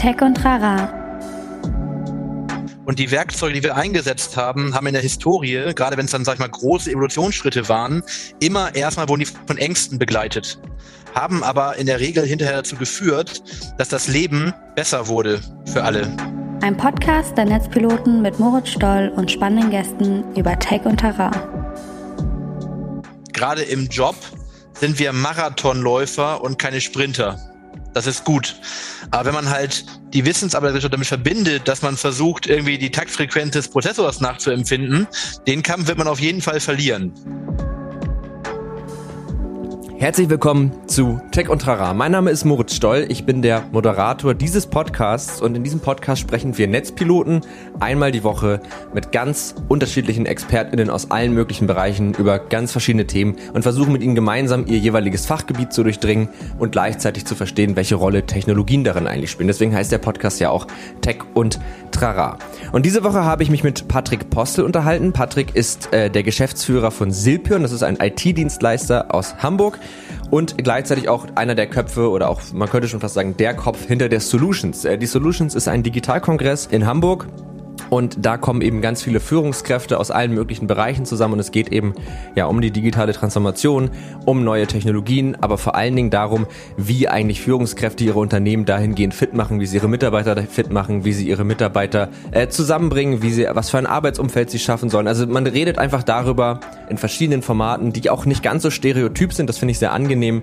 Tech und Trara. Und die Werkzeuge, die wir eingesetzt haben, haben in der Historie, gerade wenn es dann, sag ich mal, große Evolutionsschritte waren, immer erstmal wurden die von Ängsten begleitet. Haben aber in der Regel hinterher dazu geführt, dass das Leben besser wurde für alle. Ein Podcast der Netzpiloten mit Moritz Stoll und spannenden Gästen über Tech und Trara. Gerade im Job sind wir Marathonläufer und keine Sprinter. Das ist gut. Aber wenn man halt die Wissensarbeit damit verbindet, dass man versucht, irgendwie die Taktfrequenz des Prozessors nachzuempfinden, den Kampf wird man auf jeden Fall verlieren. Herzlich willkommen zu Tech und Trara. Mein Name ist Moritz Stoll, ich bin der Moderator dieses Podcasts und in diesem Podcast sprechen wir Netzpiloten einmal die Woche mit ganz unterschiedlichen ExpertInnen aus allen möglichen Bereichen über ganz verschiedene Themen und versuchen mit ihnen gemeinsam ihr jeweiliges Fachgebiet zu durchdringen und gleichzeitig zu verstehen, welche Rolle Technologien darin eigentlich spielen. Deswegen heißt der Podcast ja auch Tech und Trara. Und diese Woche habe ich mich mit Patrick Postel unterhalten. Patrick ist der Geschäftsführer von Silpion, das ist ein IT-Dienstleister aus Hamburg. Und gleichzeitig auch einer der Köpfe oder auch, man könnte schon fast sagen, der Kopf hinter der Solutions. Die Solutions ist ein Digitalkongress in Hamburg und da kommen eben ganz viele Führungskräfte aus allen möglichen Bereichen zusammen und es geht eben ja um die digitale Transformation, um neue Technologien, aber vor allen Dingen darum, wie eigentlich Führungskräfte ihre Unternehmen dahingehend fit machen, wie sie ihre Mitarbeiter fit machen, wie sie ihre Mitarbeiter zusammenbringen, was für ein Arbeitsumfeld sie schaffen sollen. Also man redet einfach darüber in verschiedenen Formaten, die auch nicht ganz so stereotyp sind, das finde ich sehr angenehm,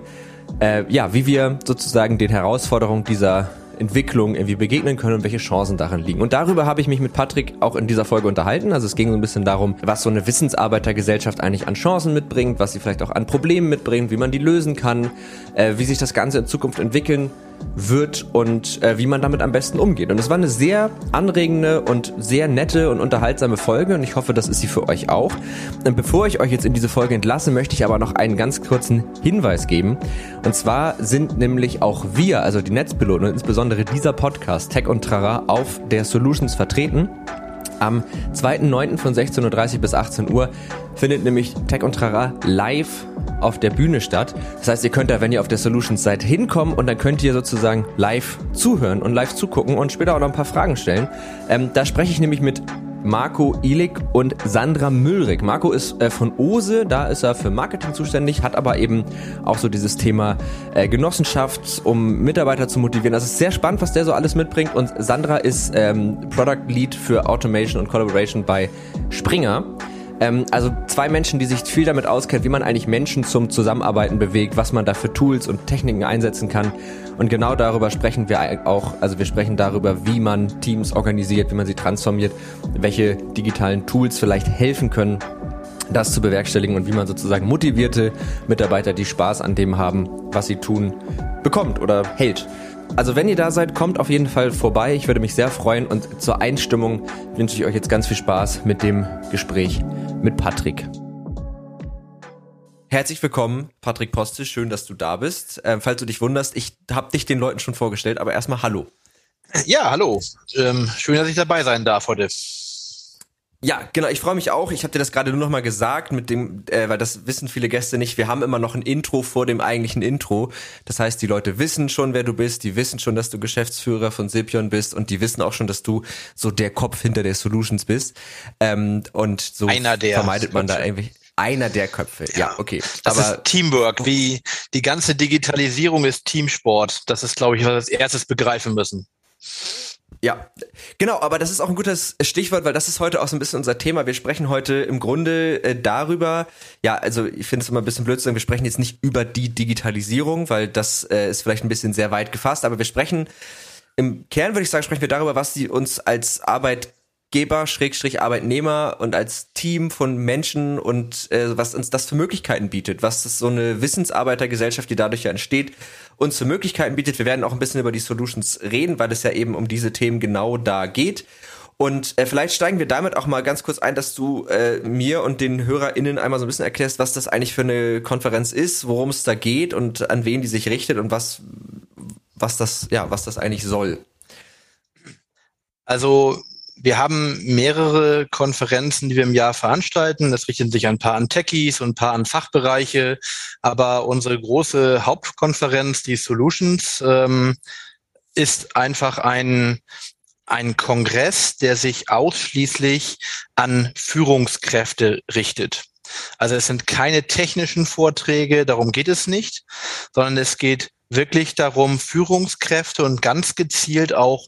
wie wir sozusagen den Herausforderungen dieser Entwicklung irgendwie begegnen können und welche Chancen darin liegen. Und darüber habe ich mich mit Patrick auch in dieser Folge unterhalten. Also es ging so ein bisschen darum, was so eine Wissensarbeitergesellschaft eigentlich an Chancen mitbringt, was sie vielleicht auch an Problemen mitbringt, wie man die lösen kann, wie sich das Ganze in Zukunft entwickeln wird und wie man damit am besten umgeht. Und es war eine sehr anregende und sehr nette und unterhaltsame Folge und ich hoffe, das ist sie für euch auch. Und bevor ich euch jetzt in diese Folge entlasse, möchte ich aber noch einen ganz kurzen Hinweis geben. Und zwar sind nämlich auch wir, also die Netzpiloten und insbesondere dieser Podcast Tech und Trara auf der Solutions vertreten. Am 2.9. von 16.30 Uhr bis 18 Uhr findet nämlich Tech und Trara live auf der Bühne statt. Das heißt, ihr könnt da, wenn ihr auf der Solutions seid, hinkommen und dann könnt ihr sozusagen live zuhören und live zugucken und später auch noch ein paar Fragen stellen. Da spreche ich nämlich mit Marco Ihlig und Sandra Müllrich. Marco ist von OSE, da ist er für Marketing zuständig, hat aber eben auch so dieses Thema Genossenschaft, um Mitarbeiter zu motivieren. Das ist sehr spannend, was der so alles mitbringt. Und Sandra ist Product Lead für Automation und Collaboration bei Springer. Also zwei Menschen, die sich viel damit auskennen, wie man eigentlich Menschen zum Zusammenarbeiten bewegt, was man da für Tools und Techniken einsetzen kann. Und genau darüber sprechen wir auch, also wir sprechen darüber, wie man Teams organisiert, wie man sie transformiert, welche digitalen Tools vielleicht helfen können, das zu bewerkstelligen und wie man sozusagen motivierte Mitarbeiter, die Spaß an dem haben, was sie tun, bekommt oder hält. Also wenn ihr da seid, kommt auf jeden Fall vorbei. Ich würde mich sehr freuen und zur Einstimmung wünsche ich euch jetzt ganz viel Spaß mit dem Gespräch mit Patrick. Herzlich willkommen, Patrick Postel. Schön, dass du da bist. Falls du dich wunderst, ich habe dich den Leuten schon vorgestellt, aber erstmal hallo. Ja, hallo. Schön, dass ich dabei sein darf heute. Ja, genau, ich freue mich auch. Ich habe dir das gerade nur noch mal gesagt, mit dem, weil das wissen viele Gäste nicht. Wir haben immer noch ein Intro vor dem eigentlichen Intro. Das heißt, die Leute wissen schon, wer du bist. Die wissen schon, dass du Geschäftsführer von Silpion bist und die wissen auch schon, dass du so der Kopf hinter der Solutions bist. Und so vermeidet man da irgendwie einer der Köpfe. Ja, okay. Das ist Teamwork. Wie die ganze Digitalisierung ist Teamsport. Das ist, glaube ich, was wir als erstes begreifen müssen. Ja, genau, aber das ist auch ein gutes Stichwort, weil das ist heute auch so ein bisschen unser Thema. Wir sprechen heute im Grunde darüber, ja, also ich finde es immer ein bisschen blöd zu sagen, wir sprechen jetzt nicht über die Digitalisierung, weil das ist vielleicht ein bisschen sehr weit gefasst, aber wir sprechen, im Kern würde ich sagen, sprechen wir darüber, was sie uns als Arbeitgeber, Arbeitnehmer und als Team von Menschen und was uns das für Möglichkeiten bietet, was das so eine Wissensarbeitergesellschaft, die dadurch ja entsteht, uns für Möglichkeiten bietet. Wir werden auch ein bisschen über die Solutions reden, weil es ja eben um diese Themen genau da geht. Und vielleicht steigen wir damit auch mal ganz kurz ein, dass du mir und den HörerInnen einmal so ein bisschen erklärst, was das eigentlich für eine Konferenz ist, worum es da geht und an wen die sich richtet und was das eigentlich soll. Also wir haben mehrere Konferenzen, die wir im Jahr veranstalten. Das richten sich ein paar an Techies und ein paar an Fachbereiche. Aber unsere große Hauptkonferenz, die Solutions, ist einfach ein Kongress, der sich ausschließlich an Führungskräfte richtet. Also es sind keine technischen Vorträge, darum geht es nicht, sondern es geht wirklich darum, Führungskräfte und ganz gezielt auch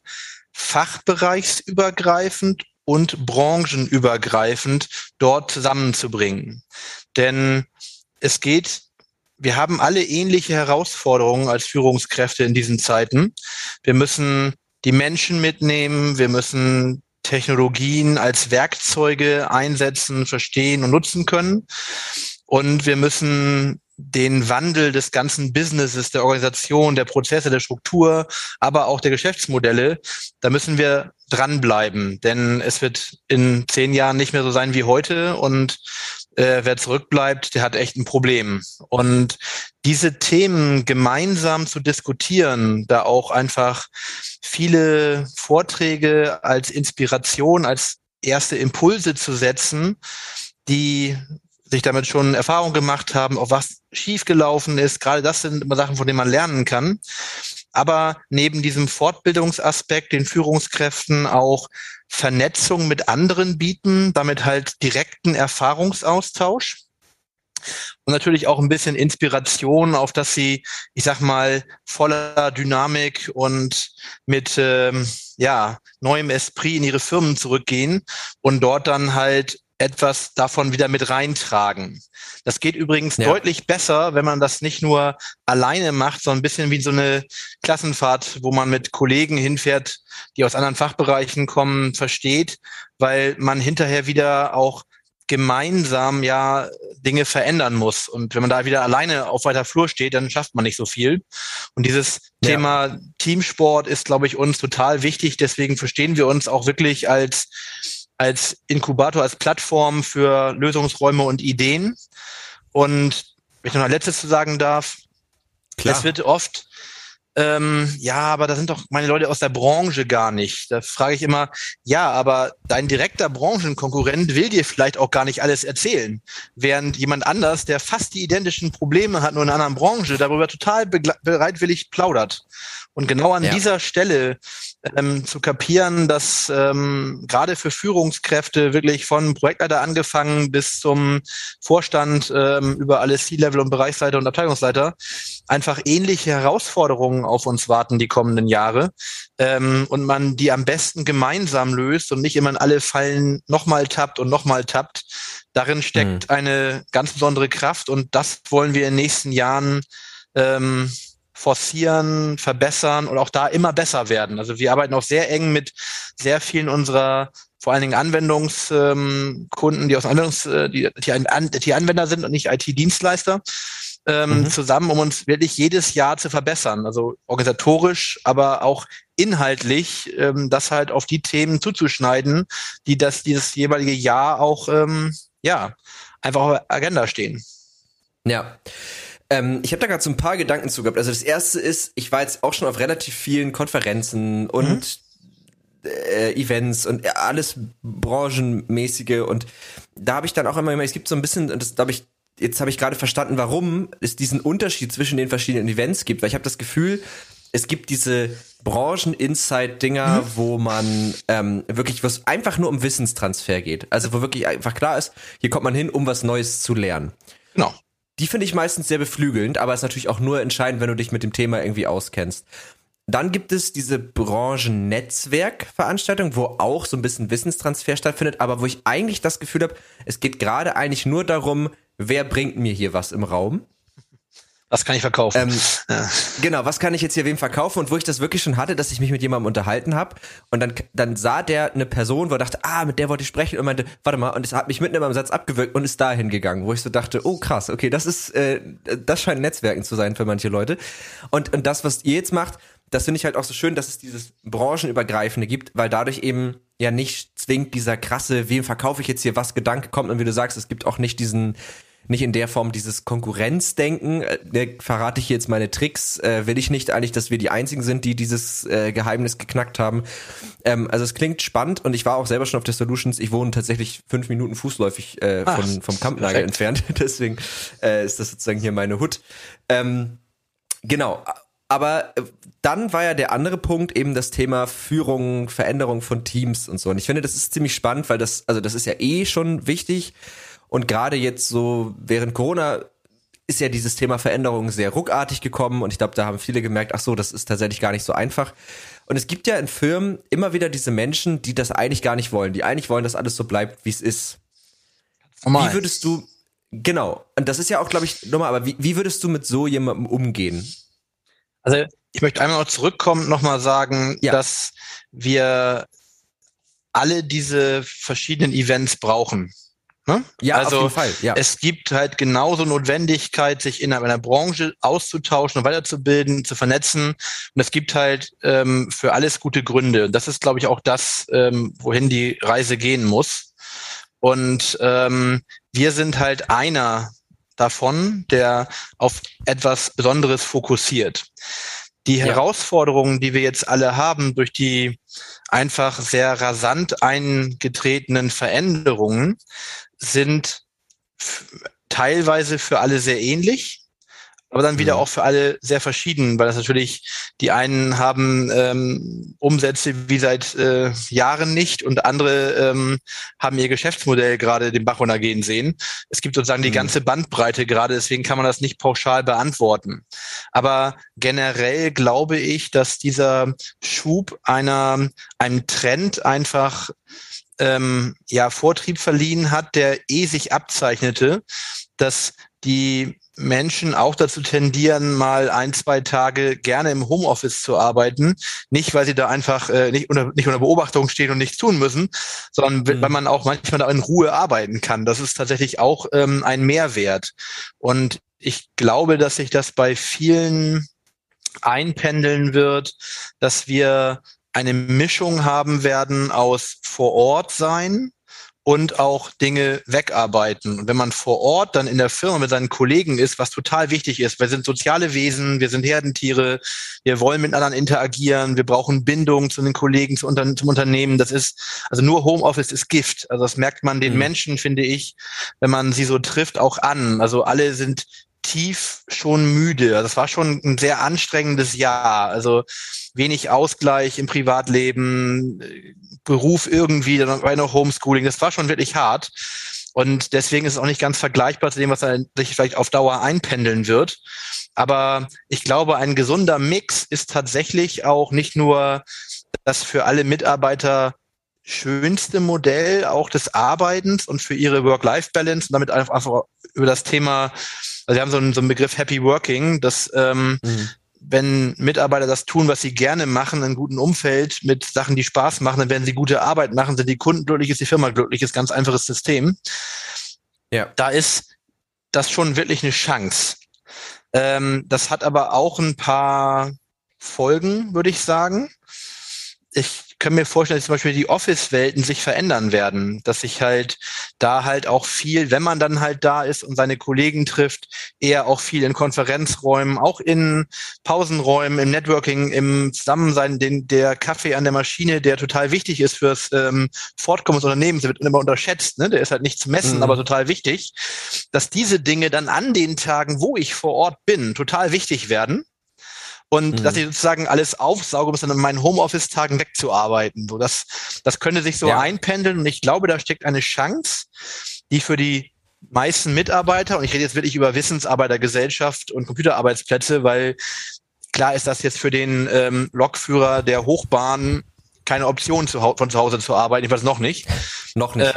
fachbereichsübergreifend und branchenübergreifend dort zusammenzubringen. Denn wir haben alle ähnliche Herausforderungen als Führungskräfte in diesen Zeiten. Wir müssen die Menschen mitnehmen, wir müssen Technologien als Werkzeuge einsetzen, verstehen und nutzen können. Und wir müssen den Wandel des ganzen Businesses, der Organisation, der Prozesse, der Struktur, aber auch der Geschäftsmodelle, da müssen wir dranbleiben. Denn es wird in 10 Jahren nicht mehr so sein wie heute. Und wer zurückbleibt, der hat echt ein Problem. Und diese Themen gemeinsam zu diskutieren, da auch einfach viele Vorträge als Inspiration, als erste Impulse zu setzen, die sich damit schon Erfahrung gemacht haben, auch was schiefgelaufen ist. Gerade das sind immer Sachen, von denen man lernen kann. Aber neben diesem Fortbildungsaspekt den Führungskräften auch Vernetzung mit anderen bieten, damit halt direkten Erfahrungsaustausch und natürlich auch ein bisschen Inspiration, auf dass sie, ich sag mal, voller Dynamik und mit neuem Esprit in ihre Firmen zurückgehen und dort dann halt etwas davon wieder mit reintragen. Das geht übrigens deutlich besser, wenn man das nicht nur alleine macht, sondern ein bisschen wie so eine Klassenfahrt, wo man mit Kollegen hinfährt, die aus anderen Fachbereichen kommen, versteht, weil man hinterher wieder auch gemeinsam Dinge verändern muss. Und wenn man da wieder alleine auf weiter Flur steht, dann schafft man nicht so viel. Und dieses Thema Teamsport ist, glaube ich, uns total wichtig. Deswegen verstehen wir uns auch wirklich als Inkubator, als Plattform für Lösungsräume und Ideen. Und wenn ich noch ein letztes zu sagen darf, es wird oft, aber da sind doch meine Leute aus der Branche gar nicht. Da frage ich immer, aber dein direkter Branchenkonkurrent will dir vielleicht auch gar nicht alles erzählen. Während jemand anders, der fast die identischen Probleme hat, nur in einer anderen Branche, darüber total bereitwillig plaudert. Und genau an dieser Stelle zu kapieren, dass gerade für Führungskräfte wirklich von Projektleiter angefangen bis zum Vorstand über alle C-Level und Bereichsleiter und Abteilungsleiter einfach ähnliche Herausforderungen auf uns warten die kommenden Jahre und man die am besten gemeinsam löst und nicht immer in alle Fallen nochmal tappt. Darin steckt eine ganz besondere Kraft und das wollen wir in den nächsten Jahren forcieren, verbessern und auch da immer besser werden. Also wir arbeiten auch sehr eng mit sehr vielen unserer vor allen Dingen Anwendungskunden, die aus die Anwender sind und nicht IT-Dienstleister, zusammen, um uns wirklich jedes Jahr zu verbessern. Also organisatorisch, aber auch inhaltlich, das halt auf die Themen zuzuschneiden, die dieses jeweilige Jahr auch einfach auf der Agenda stehen. Ja. Ich habe da gerade so ein paar Gedanken zu gehabt. Also das erste ist, ich war jetzt auch schon auf relativ vielen Konferenzen und Events und alles branchenmäßige und da habe ich dann auch immer, es gibt so ein bisschen, und das glaube ich, jetzt habe ich gerade verstanden, warum es diesen Unterschied zwischen den verschiedenen Events gibt, weil ich habe das Gefühl, es gibt diese Branchen-Inside-Dinger, wo man wirklich, wo es einfach nur um Wissenstransfer geht. Also wo wirklich einfach klar ist, hier kommt man hin, um was Neues zu lernen. Genau. Die finde ich meistens sehr beflügelnd, aber ist natürlich auch nur entscheidend, wenn du dich mit dem Thema irgendwie auskennst. Dann gibt es diese Branchen-Netzwerk-Veranstaltung, wo auch so ein bisschen Wissenstransfer stattfindet, aber wo ich eigentlich das Gefühl habe, es geht gerade eigentlich nur darum, wer bringt mir hier was im Raum? Was kann ich verkaufen? Genau, was kann ich jetzt hier wem verkaufen? Und wo ich das wirklich schon hatte, dass ich mich mit jemandem unterhalten habe und dann sah der eine Person, wo er dachte, mit der wollte ich sprechen und meinte, warte mal, und es hat mich mitten in meinem Satz abgewürgt und ist dahin gegangen, wo ich so dachte, oh krass, okay, das scheint Netzwerken zu sein für manche Leute. Und das, was ihr jetzt macht, das finde ich halt auch so schön, dass es dieses Branchenübergreifende gibt, weil dadurch eben ja nicht zwingend dieser krasse, wem verkaufe ich jetzt hier was, Gedanke kommt und wie du sagst, es gibt auch nicht in der Form dieses Konkurrenzdenken, verrate ich jetzt meine Tricks, will ich nicht eigentlich, dass wir die Einzigen sind, die dieses Geheimnis geknackt haben. Also es klingt spannend und ich war auch selber schon auf der Solutions, ich wohne tatsächlich 5 Minuten fußläufig vom Kampnagel entfernt, deswegen ist das sozusagen hier meine Hut. Genau, Aber dann war ja der andere Punkt eben das Thema Führung, Veränderung von Teams und so. Und ich finde, das ist ziemlich spannend, weil das ist ja schon wichtig. Und gerade jetzt so während Corona ist ja dieses Thema Veränderung sehr ruckartig gekommen. Und ich glaube, da haben viele gemerkt, ach so, das ist tatsächlich gar nicht so einfach. Und es gibt ja in Firmen immer wieder diese Menschen, die das eigentlich gar nicht wollen. Die eigentlich wollen, dass alles so bleibt, wie es ist. Normal. Wie würdest du, genau, und das ist ja auch, glaube ich, nochmal, aber wie würdest du mit so jemandem umgehen? Also ich möchte einmal noch zurückkommen, nochmal sagen, dass wir alle diese verschiedenen Events brauchen. Ne? Ja, also auf jeden Fall. Ja. Es gibt halt genauso Notwendigkeit, sich innerhalb einer Branche auszutauschen und weiterzubilden, zu vernetzen. Und es gibt halt für alles gute Gründe. Und das ist, glaube ich, auch das, wohin die Reise gehen muss. Und wir sind halt einer davon, der auf etwas Besonderes fokussiert. Die Herausforderungen, die wir jetzt alle haben, durch die einfach sehr rasant eingetretenen Veränderungen, sind teilweise für alle sehr ähnlich, aber dann wieder auch für alle sehr verschieden, weil das natürlich, die einen haben Umsätze wie seit Jahren nicht und andere haben ihr Geschäftsmodell gerade den Bach runtergehen sehen. Es gibt sozusagen die ganze Bandbreite gerade, deswegen kann man das nicht pauschal beantworten. Aber generell glaube ich, dass dieser Schub einem Trend einfach Vortrieb verliehen hat, der sich abzeichnete, dass die Menschen auch dazu tendieren, mal 1-2 Tage gerne im Homeoffice zu arbeiten. Nicht, weil sie da einfach nicht unter Beobachtung stehen und nichts tun müssen, sondern weil man auch manchmal da in Ruhe arbeiten kann. Das ist tatsächlich auch ein Mehrwert. Und ich glaube, dass sich das bei vielen einpendeln wird, dass wir eine Mischung haben werden aus vor Ort sein und auch Dinge wegarbeiten. Und wenn man vor Ort dann in der Firma mit seinen Kollegen ist, was total wichtig ist, wir sind soziale Wesen, wir sind Herdentiere, wir wollen mit anderen interagieren, wir brauchen Bindung zu den Kollegen, zum Unternehmen. Das ist, also nur Homeoffice ist Gift. Also das merkt man den Menschen, finde ich, wenn man sie so trifft, auch an. Also alle sind tief schon müde. Also es war schon ein sehr anstrengendes Jahr. Also wenig Ausgleich im Privatleben, Beruf irgendwie, dann war noch Homeschooling. Das war schon wirklich hart. Und deswegen ist es auch nicht ganz vergleichbar zu dem, was sich vielleicht auf Dauer einpendeln wird. Aber ich glaube, ein gesunder Mix ist tatsächlich auch nicht nur das für alle Mitarbeiter schönste Modell auch des Arbeitens und für ihre Work-Life-Balance und damit einfach über das Thema, also wir haben so einen Begriff Happy Working, dass wenn Mitarbeiter das tun, was sie gerne machen, in einem guten Umfeld mit Sachen, die Spaß machen, dann werden sie gute Arbeit machen, sind die Kunden glücklich, ist die Firma glücklich, ist ganz einfaches System. Ja. Da ist das schon wirklich eine Chance. Das hat aber auch ein paar Folgen, würde ich sagen. Ich kann mir vorstellen, dass zum Beispiel die Office-Welten sich verändern werden, dass sich halt da halt auch viel, wenn man dann halt da ist und seine Kollegen trifft, eher auch viel in Konferenzräumen, auch in Pausenräumen, im Networking, im Zusammensein, der Kaffee an der Maschine, der total wichtig ist fürs Fortkommen des Unternehmens, der wird immer unterschätzt, ne? Der ist halt nicht zu messen, aber total wichtig, dass diese Dinge dann an den Tagen, wo ich vor Ort bin, total wichtig werden. Und dass ich sozusagen alles aufsauge, um es dann in meinen Homeoffice-Tagen wegzuarbeiten. So, das könnte sich so einpendeln. Und ich glaube, da steckt eine Chance, die für die meisten Mitarbeiter, und ich rede jetzt wirklich über Wissensarbeitergesellschaft und Computerarbeitsplätze, weil klar ist das jetzt für den Lokführer der Hochbahn keine Option, von zu Hause zu arbeiten. Ich weiß noch nicht. Noch nicht.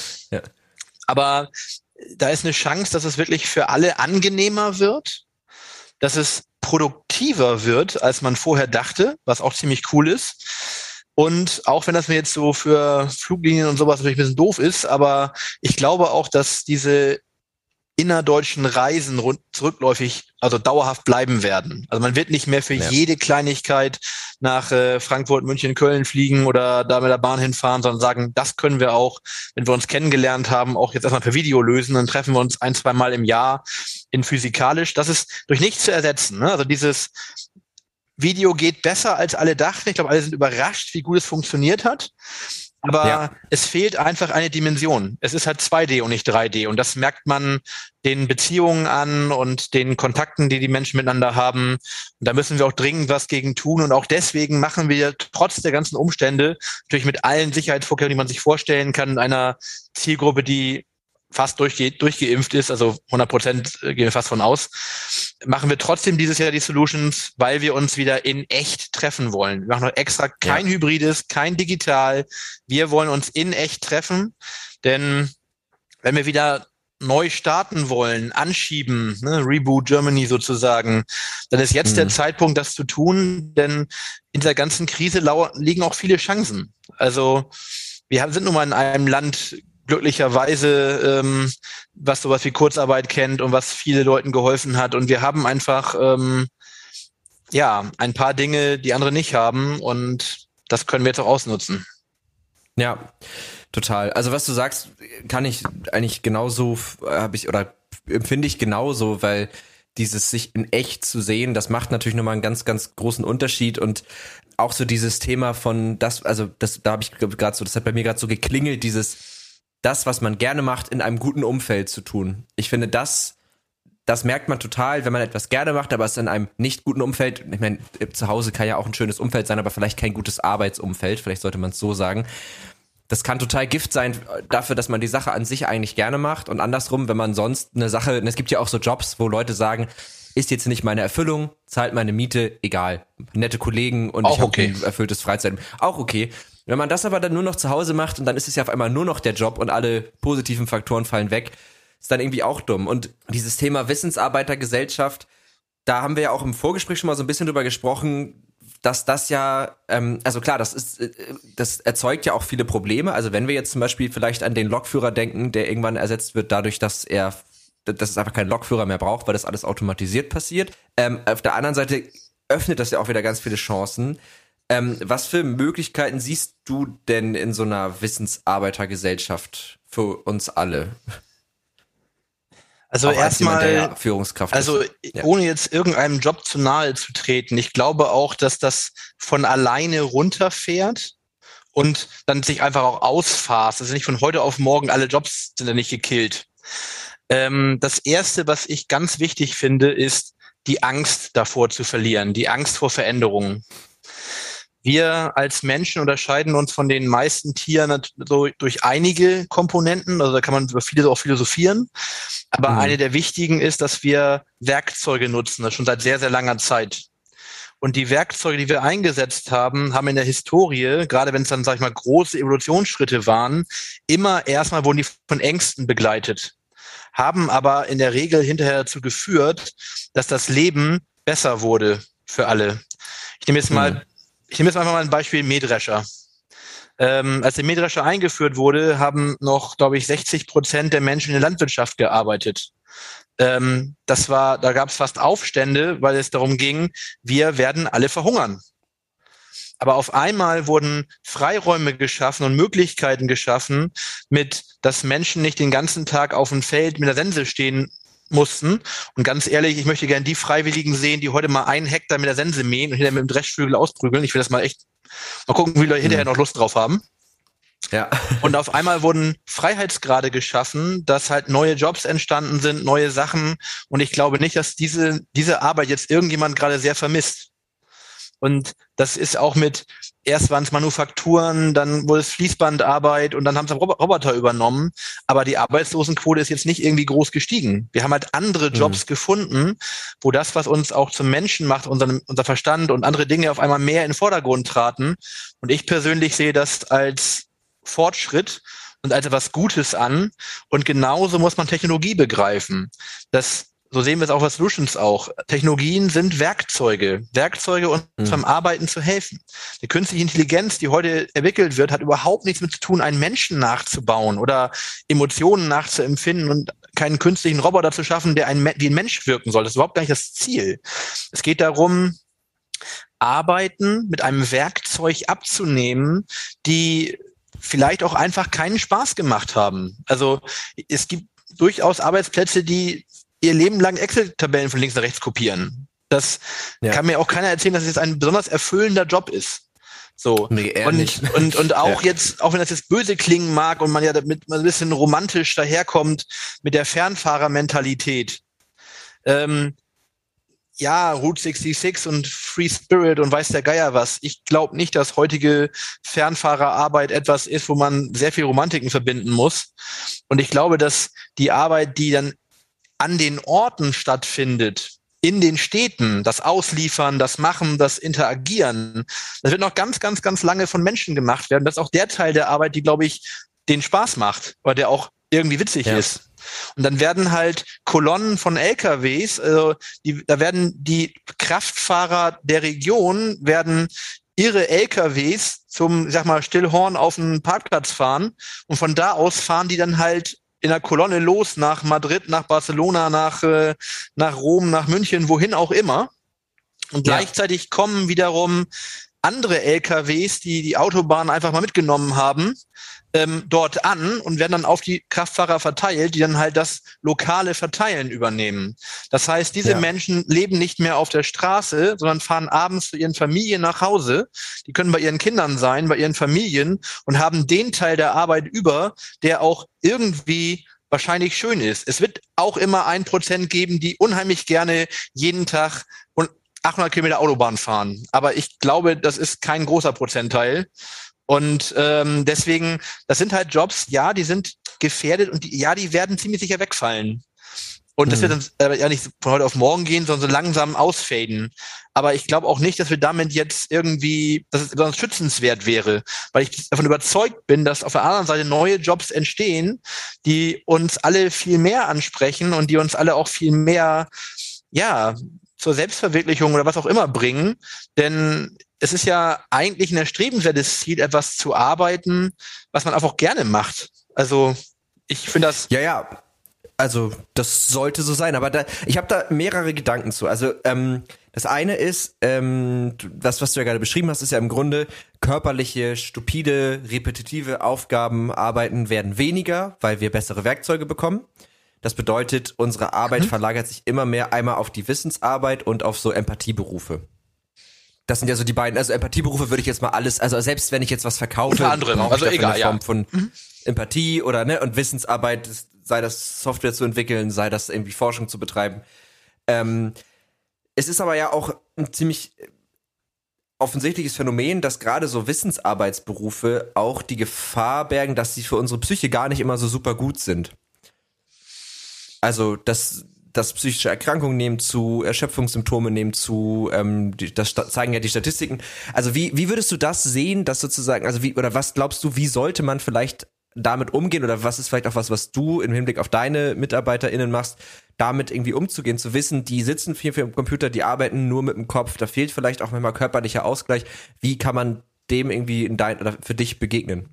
Aber da ist eine Chance, dass es wirklich für alle angenehmer wird, dass es produktiver wird, als man vorher dachte, was auch ziemlich cool ist. Und auch wenn das mir jetzt so für Fluglinien und sowas natürlich ein bisschen doof ist, aber ich glaube auch, dass diese innerdeutschen Reisen zurückläufig, also dauerhaft bleiben werden. Also man wird nicht mehr für jede Kleinigkeit nach Frankfurt, München, Köln fliegen oder da mit der Bahn hinfahren, sondern sagen, das können wir auch, wenn wir uns kennengelernt haben, auch jetzt erstmal per Video lösen. Dann treffen wir uns 1-2 Mal im Jahr in physikalisch. Das ist durch nichts zu ersetzen. Ne? Also dieses Video geht besser, als alle dachten. Ich glaube, alle sind überrascht, wie gut es funktioniert hat. Aber es fehlt einfach eine Dimension. Es ist halt 2D und nicht 3D. Und das merkt man den Beziehungen an und den Kontakten, die die Menschen miteinander haben. Und da müssen wir auch dringend was gegen tun. Und auch deswegen machen wir trotz der ganzen Umstände, natürlich mit allen Sicherheitsvorkehrungen, die man sich vorstellen kann, in einer Zielgruppe, die fast durchgeimpft ist, also 100% gehen wir fast von aus, machen wir trotzdem dieses Jahr die Solutions, weil wir uns wieder in echt treffen wollen. Wir machen noch extra kein Hybrides, kein Digital. Wir wollen uns in echt treffen, denn wenn wir wieder neu starten wollen, anschieben, Reboot Germany sozusagen, dann ist jetzt der Zeitpunkt, das zu tun, denn in dieser ganzen Krise liegen auch viele Chancen. Also wir sind nun mal in einem Land glücklicherweise, was sowas wie Kurzarbeit kennt und was viele Leuten geholfen hat. Und wir haben einfach ein paar Dinge, die andere nicht haben. Und das können wir jetzt auch ausnutzen. Ja, total. Also was du sagst, kann ich eigentlich genauso, empfinde ich genauso, weil dieses sich in echt zu sehen, das macht natürlich nochmal einen ganz, ganz großen Unterschied. Und auch so dieses Thema von das hat bei mir gerade so geklingelt, das, was man gerne macht, in einem guten Umfeld zu tun. Ich finde, das merkt man total, wenn man etwas gerne macht, aber es in einem nicht guten Umfeld, ich meine, zu Hause kann ja auch ein schönes Umfeld sein, aber vielleicht kein gutes Arbeitsumfeld, vielleicht sollte man es so sagen. Das kann total Gift sein dafür, dass man die Sache an sich eigentlich gerne macht und andersrum, wenn man sonst eine Sache, und es gibt ja auch so Jobs, wo Leute sagen, ist jetzt nicht meine Erfüllung, zahlt meine Miete, egal. Nette Kollegen und ich habe ein erfülltes Freizeit. Auch okay. Wenn man das aber dann nur noch zu Hause macht und dann ist es ja auf einmal nur noch der Job und alle positiven Faktoren fallen weg, ist dann irgendwie auch dumm. Und dieses Thema Wissensarbeitergesellschaft, da haben wir ja auch im Vorgespräch schon mal so ein bisschen drüber gesprochen, dass das ja, also klar, das erzeugt ja auch viele Probleme. Also wenn wir jetzt zum Beispiel vielleicht an den Lokführer denken, der irgendwann ersetzt wird dadurch, dass es einfach keinen Lokführer mehr braucht, weil das alles automatisiert passiert. Auf der anderen Seite öffnet das ja auch wieder ganz viele Chancen. Was für Möglichkeiten siehst du denn in so einer Wissensarbeitergesellschaft für uns alle? Also erstmal, Führungskraft ohne jetzt irgendeinem Job zu nahe zu treten, ich glaube auch, dass das von alleine runterfährt und dann sich einfach auch ausfasst. Also nicht von heute auf morgen, alle Jobs sind ja nicht gekillt. Das Erste, was ich ganz wichtig finde, ist die Angst davor zu verlieren, die Angst vor Veränderungen. Wir als Menschen unterscheiden uns von den meisten Tieren so durch einige Komponenten, also da kann man über viele auch philosophieren, aber eine der wichtigen ist, dass wir Werkzeuge nutzen, das schon seit sehr, sehr langer Zeit. Und die Werkzeuge, die wir eingesetzt haben, haben in der Historie, gerade wenn es dann, sag ich mal, große Evolutionsschritte waren, immer erstmal wurden die von Ängsten begleitet, haben aber in der Regel hinterher dazu geführt, dass das Leben besser wurde für alle. Ich nehme jetzt einfach mal ein Beispiel Mähdrescher. Als der Mähdrescher eingeführt wurde, haben noch, glaube ich, 60% der Menschen in der Landwirtschaft gearbeitet. Da gab es fast Aufstände, weil es darum ging, wir werden alle verhungern. Aber auf einmal wurden Freiräume geschaffen und Möglichkeiten geschaffen, dass Menschen nicht den ganzen Tag auf dem Feld mit der Sense stehen mussten. Und ganz ehrlich, ich möchte gerne die Freiwilligen sehen, die heute mal 1 Hektar mit der Sense mähen und hinterher mit dem Dreschflügel ausprügeln. Ich will das mal gucken, wie die Leute hinterher noch Lust drauf haben. Ja. Und auf einmal wurden Freiheitsgrade geschaffen, dass halt neue Jobs entstanden sind, neue Sachen. Und ich glaube nicht, dass diese Arbeit jetzt irgendjemand gerade sehr vermisst. Und das ist auch erst waren es Manufakturen, dann wurde es Fließbandarbeit und dann haben es Roboter übernommen. Aber die Arbeitslosenquote ist jetzt nicht irgendwie groß gestiegen. Wir haben halt andere Jobs gefunden, wo das, was uns auch zum Menschen macht, unser Verstand und andere Dinge auf einmal mehr in den Vordergrund traten. Und ich persönlich sehe das als Fortschritt und als etwas Gutes an. Und genauso muss man Technologie begreifen. So sehen wir es auch bei Solutions auch. Technologien sind Werkzeuge, uns beim Arbeiten zu helfen. Die künstliche Intelligenz, die heute entwickelt wird, hat überhaupt nichts mit zu tun, einen Menschen nachzubauen oder Emotionen nachzuempfinden und keinen künstlichen Roboter zu schaffen, der wie ein Mensch wirken soll. Das ist überhaupt gar nicht das Ziel. Es geht darum, Arbeiten mit einem Werkzeug abzunehmen, die vielleicht auch einfach keinen Spaß gemacht haben. Also es gibt durchaus Arbeitsplätze, die ihr Leben lang Excel-Tabellen von links nach rechts kopieren. Das kann mir auch keiner erzählen, dass es jetzt ein besonders erfüllender Job ist. So. Nee, eher nicht. Und auch jetzt, auch wenn das jetzt böse klingen mag und man ja damit ein bisschen romantisch daherkommt mit der Fernfahrermentalität. Ja, Route 66 und Free Spirit und weiß der Geier was. Ich glaube nicht, dass heutige Fernfahrerarbeit etwas ist, wo man sehr viel Romantiken verbinden muss. Und ich glaube, dass die Arbeit, die dann an den Orten stattfindet, in den Städten, das Ausliefern, das Machen, das Interagieren, das wird noch ganz, ganz, ganz lange von Menschen gemacht werden. Das ist auch der Teil der Arbeit, die, glaube ich, den Spaß macht, oder der auch irgendwie witzig ist. Und dann werden halt Kolonnen von LKWs, da werden die Kraftfahrer der Region, werden ihre LKWs zum, ich sag mal, Stillhorn auf den Parkplatz fahren und von da aus fahren die dann halt in der Kolonne los nach Madrid, nach Barcelona, nach Rom, nach München, wohin auch immer. Und gleichzeitig kommen wiederum andere LKWs, die die Autobahn einfach mal mitgenommen haben, dort an und werden dann auf die Kraftfahrer verteilt, die dann halt das lokale Verteilen übernehmen. Das heißt, diese Menschen leben nicht mehr auf der Straße, sondern fahren abends zu ihren Familien nach Hause. Die können bei ihren Kindern sein, bei ihren Familien und haben den Teil der Arbeit über, der auch irgendwie wahrscheinlich schön ist. Es wird auch immer 1% geben, die unheimlich gerne jeden Tag 800 Kilometer Autobahn fahren. Aber ich glaube, das ist kein großer Prozentteil. Und deswegen, das sind halt Jobs, ja, die sind gefährdet und die werden ziemlich sicher wegfallen. Und das wird dann ja nicht von heute auf morgen gehen, sondern so langsam ausfaden. Aber ich glaube auch nicht, dass wir damit jetzt irgendwie, dass es besonders schützenswert wäre, weil ich davon überzeugt bin, dass auf der anderen Seite neue Jobs entstehen, die uns alle viel mehr ansprechen und die uns alle auch viel mehr, zur Selbstverwirklichung oder was auch immer bringen. Denn es ist ja eigentlich ein erstrebenswertes Ziel, etwas zu arbeiten, was man auch gerne macht. Also ich finde das... Ja, also das sollte so sein, aber ich habe da mehrere Gedanken zu. Also das eine ist, das, was du ja gerade beschrieben hast, ist ja im Grunde körperliche, stupide, repetitive Aufgaben, Arbeiten werden weniger, weil wir bessere Werkzeuge bekommen. Das bedeutet, unsere Arbeit verlagert sich immer mehr einmal auf die Wissensarbeit und auf so Empathieberufe. Das sind ja so die beiden, also Empathieberufe würde ich jetzt mal alles, also selbst wenn ich jetzt was verkaufe, unter anderem, also egal, eine Form von Empathie oder und Wissensarbeit, sei das Software zu entwickeln, sei das irgendwie Forschung zu betreiben. Es ist aber ja auch ein ziemlich offensichtliches Phänomen, dass gerade so Wissensarbeitsberufe auch die Gefahr bergen, dass sie für unsere Psyche gar nicht immer so super gut sind. Also, dass psychische Erkrankungen nehmen zu, Erschöpfungssymptome nehmen zu, das zeigen ja die Statistiken. Also wie würdest du das sehen, dass sozusagen, also oder was glaubst du, wie sollte man vielleicht damit umgehen oder was ist vielleicht auch was du im Hinblick auf deine MitarbeiterInnen machst, damit irgendwie umzugehen, zu wissen, die sitzen viel am Computer, die arbeiten nur mit dem Kopf, da fehlt vielleicht auch manchmal körperlicher Ausgleich. Wie kann man dem irgendwie oder für dich begegnen?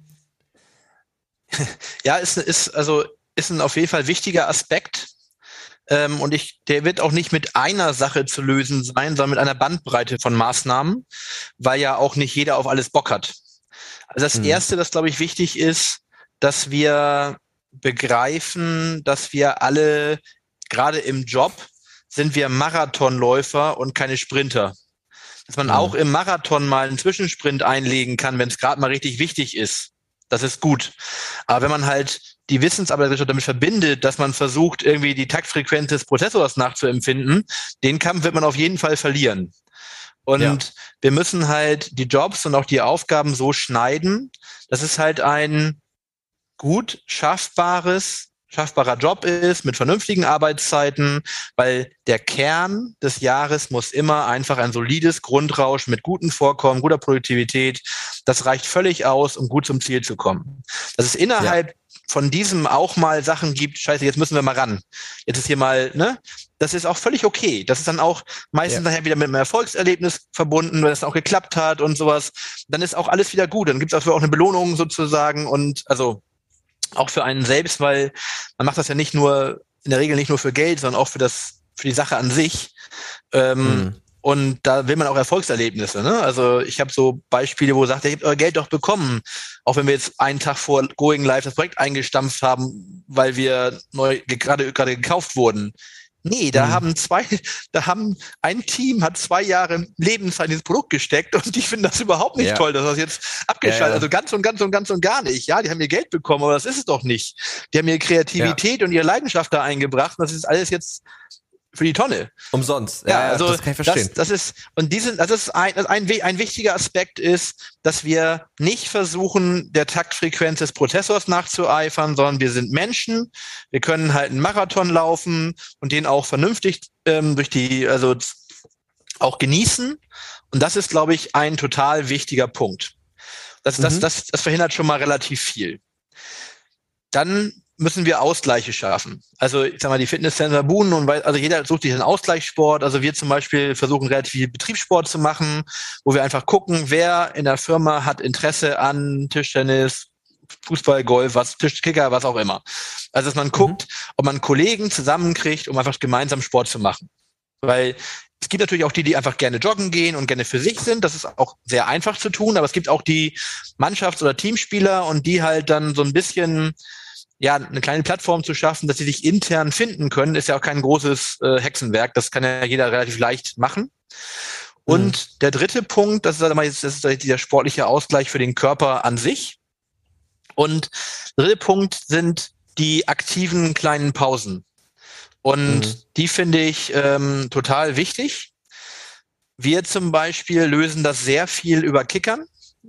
Ja, ist ein auf jeden Fall wichtiger Aspekt. Und der wird auch nicht mit einer Sache zu lösen sein, sondern mit einer Bandbreite von Maßnahmen, weil ja auch nicht jeder auf alles Bock hat. Also das Erste, das glaube ich wichtig ist, dass wir begreifen, dass wir alle, gerade im Job, sind wir Marathonläufer und keine Sprinter. Dass man auch im Marathon mal einen Zwischensprint einlegen kann, wenn es gerade mal richtig wichtig ist. Das ist gut. Aber wenn man halt die Wissensarbeit damit verbindet, dass man versucht, irgendwie die Taktfrequenz des Prozessors nachzuempfinden, den Kampf wird man auf jeden Fall verlieren. Und wir müssen halt die Jobs und auch die Aufgaben so schneiden, dass es halt ein gut schaffbarer Job ist mit vernünftigen Arbeitszeiten, weil der Kern des Jahres muss immer einfach ein solides Grundrauschen mit gutem Vorkommen, guter Produktivität, das reicht völlig aus, um gut zum Ziel zu kommen. Dass es innerhalb von diesem auch mal Sachen gibt, scheiße, jetzt müssen wir mal ran. Jetzt ist hier mal, das ist auch völlig okay. Das ist dann auch meistens nachher wieder mit einem Erfolgserlebnis verbunden, wenn es auch geklappt hat und sowas. Dann ist auch alles wieder gut. Dann gibt es dafür auch eine Belohnung sozusagen und also auch für einen selbst, weil man macht das ja nicht nur, in der Regel nicht nur für Geld, sondern auch für die Sache an sich. Und da will man auch Erfolgserlebnisse, ne? Also ich habe so Beispiele, wo sagt, ihr habt euer Geld doch bekommen, auch wenn wir jetzt einen Tag vor Going Live das Projekt eingestampft haben, weil wir gerade gekauft wurden. Nee, ein Team hat 2 Jahre Lebenszeit in dieses Produkt gesteckt und die finden das überhaupt nicht toll, dass das jetzt abgeschaltet, also ganz und gar nicht. Ja, die haben ihr Geld bekommen, aber das ist es doch nicht. Die haben ihre Kreativität und ihre Leidenschaft da eingebracht und das ist alles jetzt für die Tonne. Umsonst. Also das kann ich verstehen. Ein wichtiger Aspekt ist, dass wir nicht versuchen, der Taktfrequenz des Prozessors nachzueifern, sondern wir sind Menschen. Wir können halt einen Marathon laufen und den auch vernünftig auch genießen. Und das ist, glaube ich, ein total wichtiger Punkt. Das verhindert schon mal relativ viel. Dann müssen wir Ausgleiche schaffen. Also ich sag mal, die Fitnesscenter buchen also jeder sucht sich einen Ausgleichssport. Also wir zum Beispiel versuchen relativ viel Betriebssport zu machen, wo wir einfach gucken, wer in der Firma hat Interesse an Tischtennis, Fußball, Golf, Tischkicker, was auch immer. Also dass man guckt, ob man Kollegen zusammenkriegt, um einfach gemeinsam Sport zu machen. Weil es gibt natürlich auch die einfach gerne joggen gehen und gerne für sich sind. Das ist auch sehr einfach zu tun. Aber es gibt auch die Mannschafts- oder Teamspieler und die halt dann so ein bisschen eine kleine Plattform zu schaffen, dass sie sich intern finden können, ist ja auch kein großes Hexenwerk. Das kann ja jeder relativ leicht machen. Und der dritte Punkt, das ist dieser sportliche Ausgleich für den Körper an sich. Und der dritte Punkt sind die aktiven kleinen Pausen. Und die finde ich total wichtig. Wir zum Beispiel lösen das sehr viel über Kickern,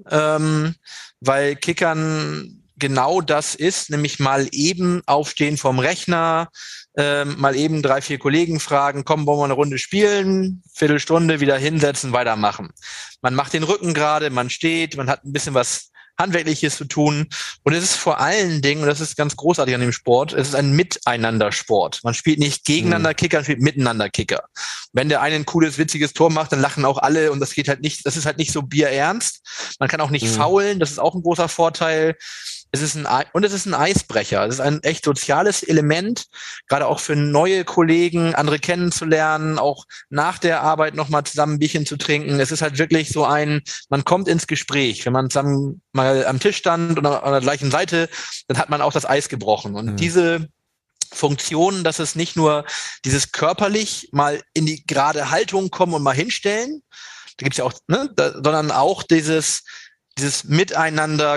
weil Kickern genau das ist, nämlich mal eben aufstehen vom Rechner, mal eben 3, 4 Kollegen fragen, komm, wollen wir eine Runde spielen, Viertelstunde, wieder hinsetzen, weitermachen. Man macht den Rücken gerade, man steht, man hat ein bisschen was Handwerkliches zu tun und es ist vor allen Dingen, und das ist ganz großartig an dem Sport, es ist ein Miteinander-Sport. Man spielt nicht gegeneinander Kicker, man spielt miteinander Kicker. Wenn der eine ein cooles, witziges Tor macht, dann lachen auch alle und das ist halt nicht so bierernst. Man kann auch nicht faulen, das ist auch ein großer Vorteil. Es ist ein Eisbrecher. Es ist ein echt soziales Element, gerade auch für neue Kollegen, andere kennenzulernen, auch nach der Arbeit nochmal zusammen ein Bierchen zu trinken. Es ist halt wirklich so man kommt ins Gespräch. Wenn man zusammen mal am Tisch stand oder an der gleichen Seite, dann hat man auch das Eis gebrochen. Und diese Funktion, dass es nicht nur dieses körperlich mal in die gerade Haltung kommen und mal hinstellen, da gibt's ja auch, sondern auch dieses Miteinander,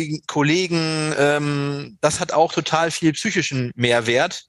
Kollegen, das hat auch total viel psychischen Mehrwert.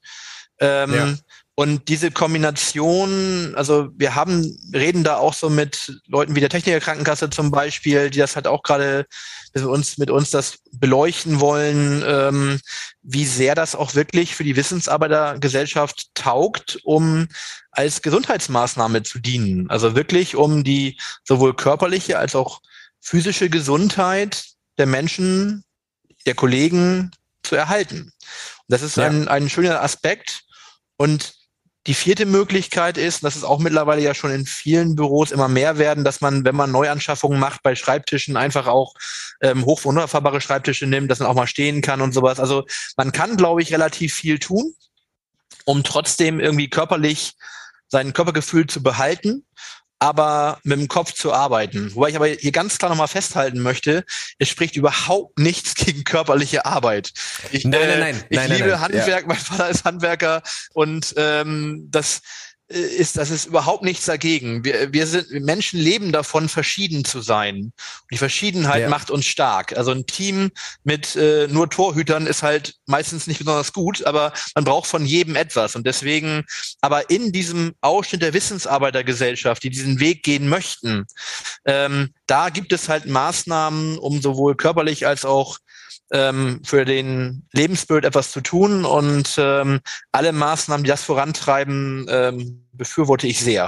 Und diese Kombination, also wir reden da auch so mit Leuten wie der Techniker Krankenkasse zum Beispiel, die das halt auch gerade mit uns das beleuchten wollen, wie sehr das auch wirklich für die Wissensarbeitergesellschaft taugt, um als Gesundheitsmaßnahme zu dienen. Also wirklich um die sowohl körperliche als auch physische Gesundheit der Menschen, der Kollegen zu erhalten. Und das ist ein schöner Aspekt. Und die vierte Möglichkeit ist, das ist auch mittlerweile ja schon in vielen Büros immer mehr werden, dass man, wenn man Neuanschaffungen macht bei Schreibtischen, einfach auch hoch- und runterfahrbare Schreibtische nimmt, dass man auch mal stehen kann und sowas. Also man kann, glaube ich, relativ viel tun, um trotzdem irgendwie körperlich sein Körpergefühl zu behalten, aber mit dem Kopf zu arbeiten. Wobei ich aber hier ganz klar nochmal festhalten möchte, es spricht überhaupt nichts gegen körperliche Arbeit. Ich liebe Handwerk, mein Vater ist Handwerker und das ist überhaupt nichts dagegen. Menschen leben davon, verschieden zu sein. Und die Verschiedenheit macht uns stark. Also ein Team mit nur Torhütern ist halt meistens nicht besonders gut, aber man braucht von jedem etwas. Und deswegen, aber in diesem Ausschnitt der Wissensarbeitergesellschaft, die diesen Weg gehen möchten, da gibt es halt Maßnahmen, um sowohl körperlich als auch für den Lebensbild etwas zu tun und alle Maßnahmen, die das vorantreiben, befürworte ich sehr.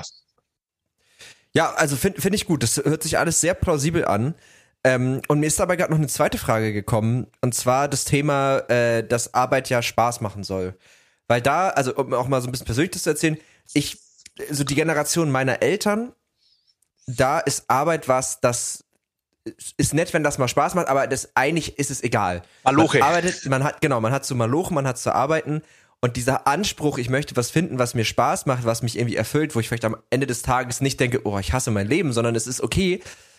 Ja, also find ich gut. Das hört sich alles sehr plausibel an. Und mir ist dabei gerade noch eine zweite Frage gekommen, und zwar das Thema, dass Arbeit ja Spaß machen soll. Weil da, also um auch mal so ein bisschen Persönliches zu erzählen, so die Generation meiner Eltern, da ist Arbeit was, das ist nett, wenn das mal Spaß macht, aber eigentlich ist es egal. Maloche. Man hat so Malochen, man hat zu arbeiten, und dieser Anspruch, ich möchte was finden, was mir Spaß macht, was mich irgendwie erfüllt, wo ich vielleicht am Ende des Tages nicht denke, oh, ich hasse mein Leben, sondern es ist okay,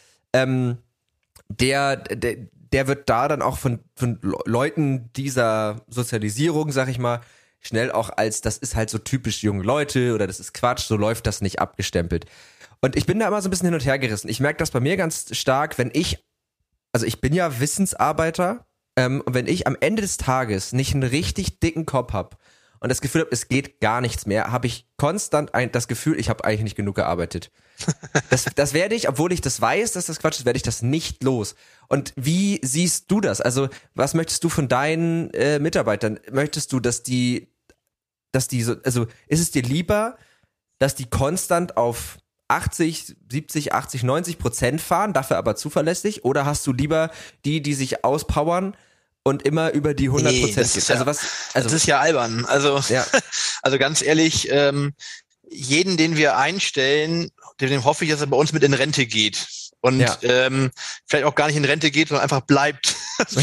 der wird da dann auch von Leuten dieser Sozialisierung, sag ich mal, schnell auch als, das ist halt so typisch junge Leute oder das ist Quatsch, so läuft das nicht, abgestempelt. Und ich bin da immer so ein bisschen hin und her gerissen. Ich merke das bei mir ganz stark, also ich bin ja Wissensarbeiter, und wenn ich am Ende des Tages nicht einen richtig dicken Kopf habe und das Gefühl habe, es geht gar nichts mehr, habe ich konstant das Gefühl, ich habe eigentlich nicht genug gearbeitet. Das werde ich, obwohl ich das weiß, dass das Quatsch ist, werde ich das nicht los. Und wie siehst du das? Also, was möchtest du von deinen Mitarbeitern? Möchtest du, dass die so, also ist es dir lieber, dass die konstant auf 80, 70, 80, 90% fahren, dafür aber zuverlässig? Oder hast du lieber die sich auspowern und immer über die 100% geht? Das ist ja albern. Also, ja. Also ganz ehrlich, jeden, den wir einstellen, dem hoffe ich, dass er bei uns mit in Rente geht. Und vielleicht auch gar nicht in Rente geht, sondern einfach bleibt.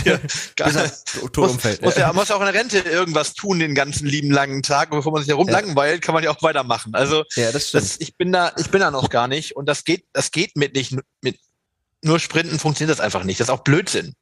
Muss ja auch in der Rente irgendwas tun den ganzen lieben langen Tag. Und bevor man sich herumlangweilt, kann man ja auch weitermachen. Also das stimmt. ich bin da noch gar nicht. Und das geht nicht mit nur Sprinten funktioniert das einfach nicht. Das ist auch Blödsinn.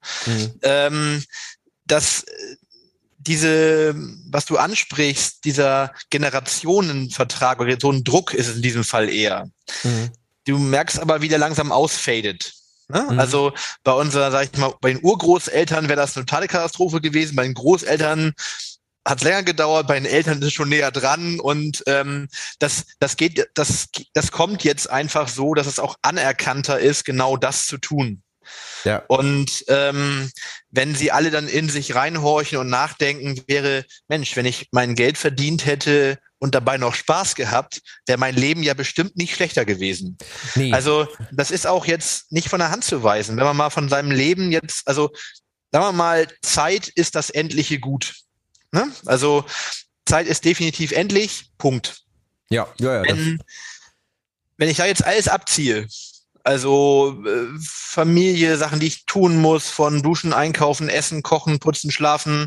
Was du ansprichst, dieser Generationenvertrag oder so ein Druck ist es in diesem Fall eher. Du merkst aber, wie der langsam ausfadet. Ne? Also bei bei den Urgroßeltern wäre das eine totale Katastrophe gewesen. Bei den Großeltern hat es länger gedauert, bei den Eltern ist es schon näher dran und das kommt jetzt einfach so, dass es auch anerkannter ist, genau das zu tun. Ja. Und wenn sie alle dann in sich reinhorchen und nachdenken, Mensch, wenn ich mein Geld verdient hätte und dabei noch Spaß gehabt, wäre mein Leben ja bestimmt nicht schlechter gewesen. Nee. Also das ist auch jetzt nicht von der Hand zu weisen. Wenn man mal von seinem Leben jetzt, also sagen wir mal, Zeit ist das endliche Gut. Ne? Also Zeit ist definitiv endlich, Punkt. Ja. Wenn ich da jetzt alles abziehe, also Familie, Sachen, die ich tun muss, von Duschen, Einkaufen, Essen, Kochen, Putzen, Schlafen,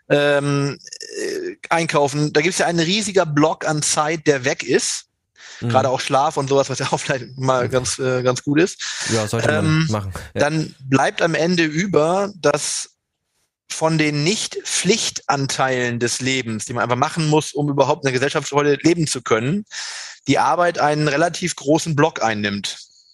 Einkaufen. Da gibt es ja einen riesiger Block an Zeit, der weg ist. Gerade auch Schlaf und sowas, was ja auch vielleicht mal ganz gut ist. Ja, sollte man machen. Ja. Dann bleibt am Ende über, dass von den Nicht-Pflichtanteilen des Lebens, die man einfach machen muss, um überhaupt in der Gesellschaftsrolle leben zu können, die Arbeit einen relativ großen Block einnimmt.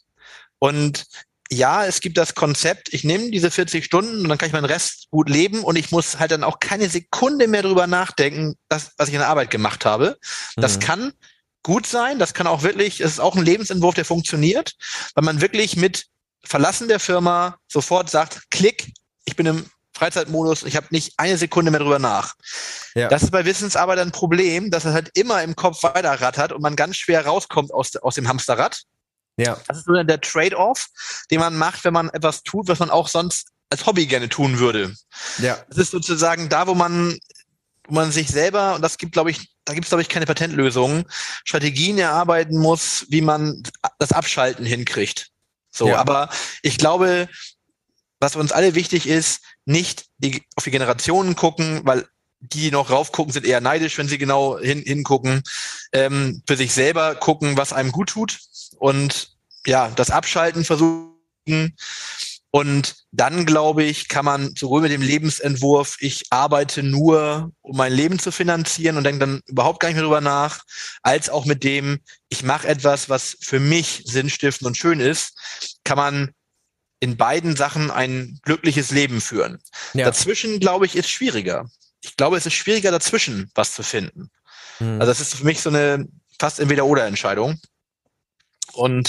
Und ja, es gibt das Konzept, ich nehme diese 40 Stunden und dann kann ich meinen Rest gut leben und ich muss halt dann auch keine Sekunde mehr drüber nachdenken, was ich in der Arbeit gemacht habe. Das kann gut sein, das kann auch wirklich, es ist auch ein Lebensentwurf, der funktioniert, weil man wirklich mit Verlassen der Firma sofort sagt, klick, ich bin im Freizeitmodus, ich habe nicht eine Sekunde mehr drüber nach. Ja. Das ist bei Wissensarbeit ein Problem, dass es halt immer im Kopf weiterrattert und man ganz schwer rauskommt aus dem Hamsterrad. Ja. Das ist nur der Trade-off, den man macht, wenn man etwas tut, was man auch sonst als Hobby gerne tun würde. Ja. Das ist sozusagen da, wo man sich selber, und das gibt, glaube ich, keine Patentlösung, Strategien erarbeiten muss, wie man das Abschalten hinkriegt. So, aber ich glaube, was uns alle wichtig ist, nicht auf die Generationen gucken, weil die noch raufgucken, sind eher neidisch, wenn sie genau hingucken, für sich selber gucken, was einem gut tut und das Abschalten versuchen. Und dann, glaube ich, kann man sowohl mit dem Lebensentwurf, ich arbeite nur, um mein Leben zu finanzieren und denke dann überhaupt gar nicht mehr drüber nach, als auch mit dem, ich mache etwas, was für mich sinnstiftend und schön ist, kann man in beiden Sachen ein glückliches Leben führen. Ja. Dazwischen, glaube ich, ist schwieriger. Ich glaube, es ist schwieriger, dazwischen was zu finden. Also das ist für mich so eine fast Entweder-oder-Entscheidung. Und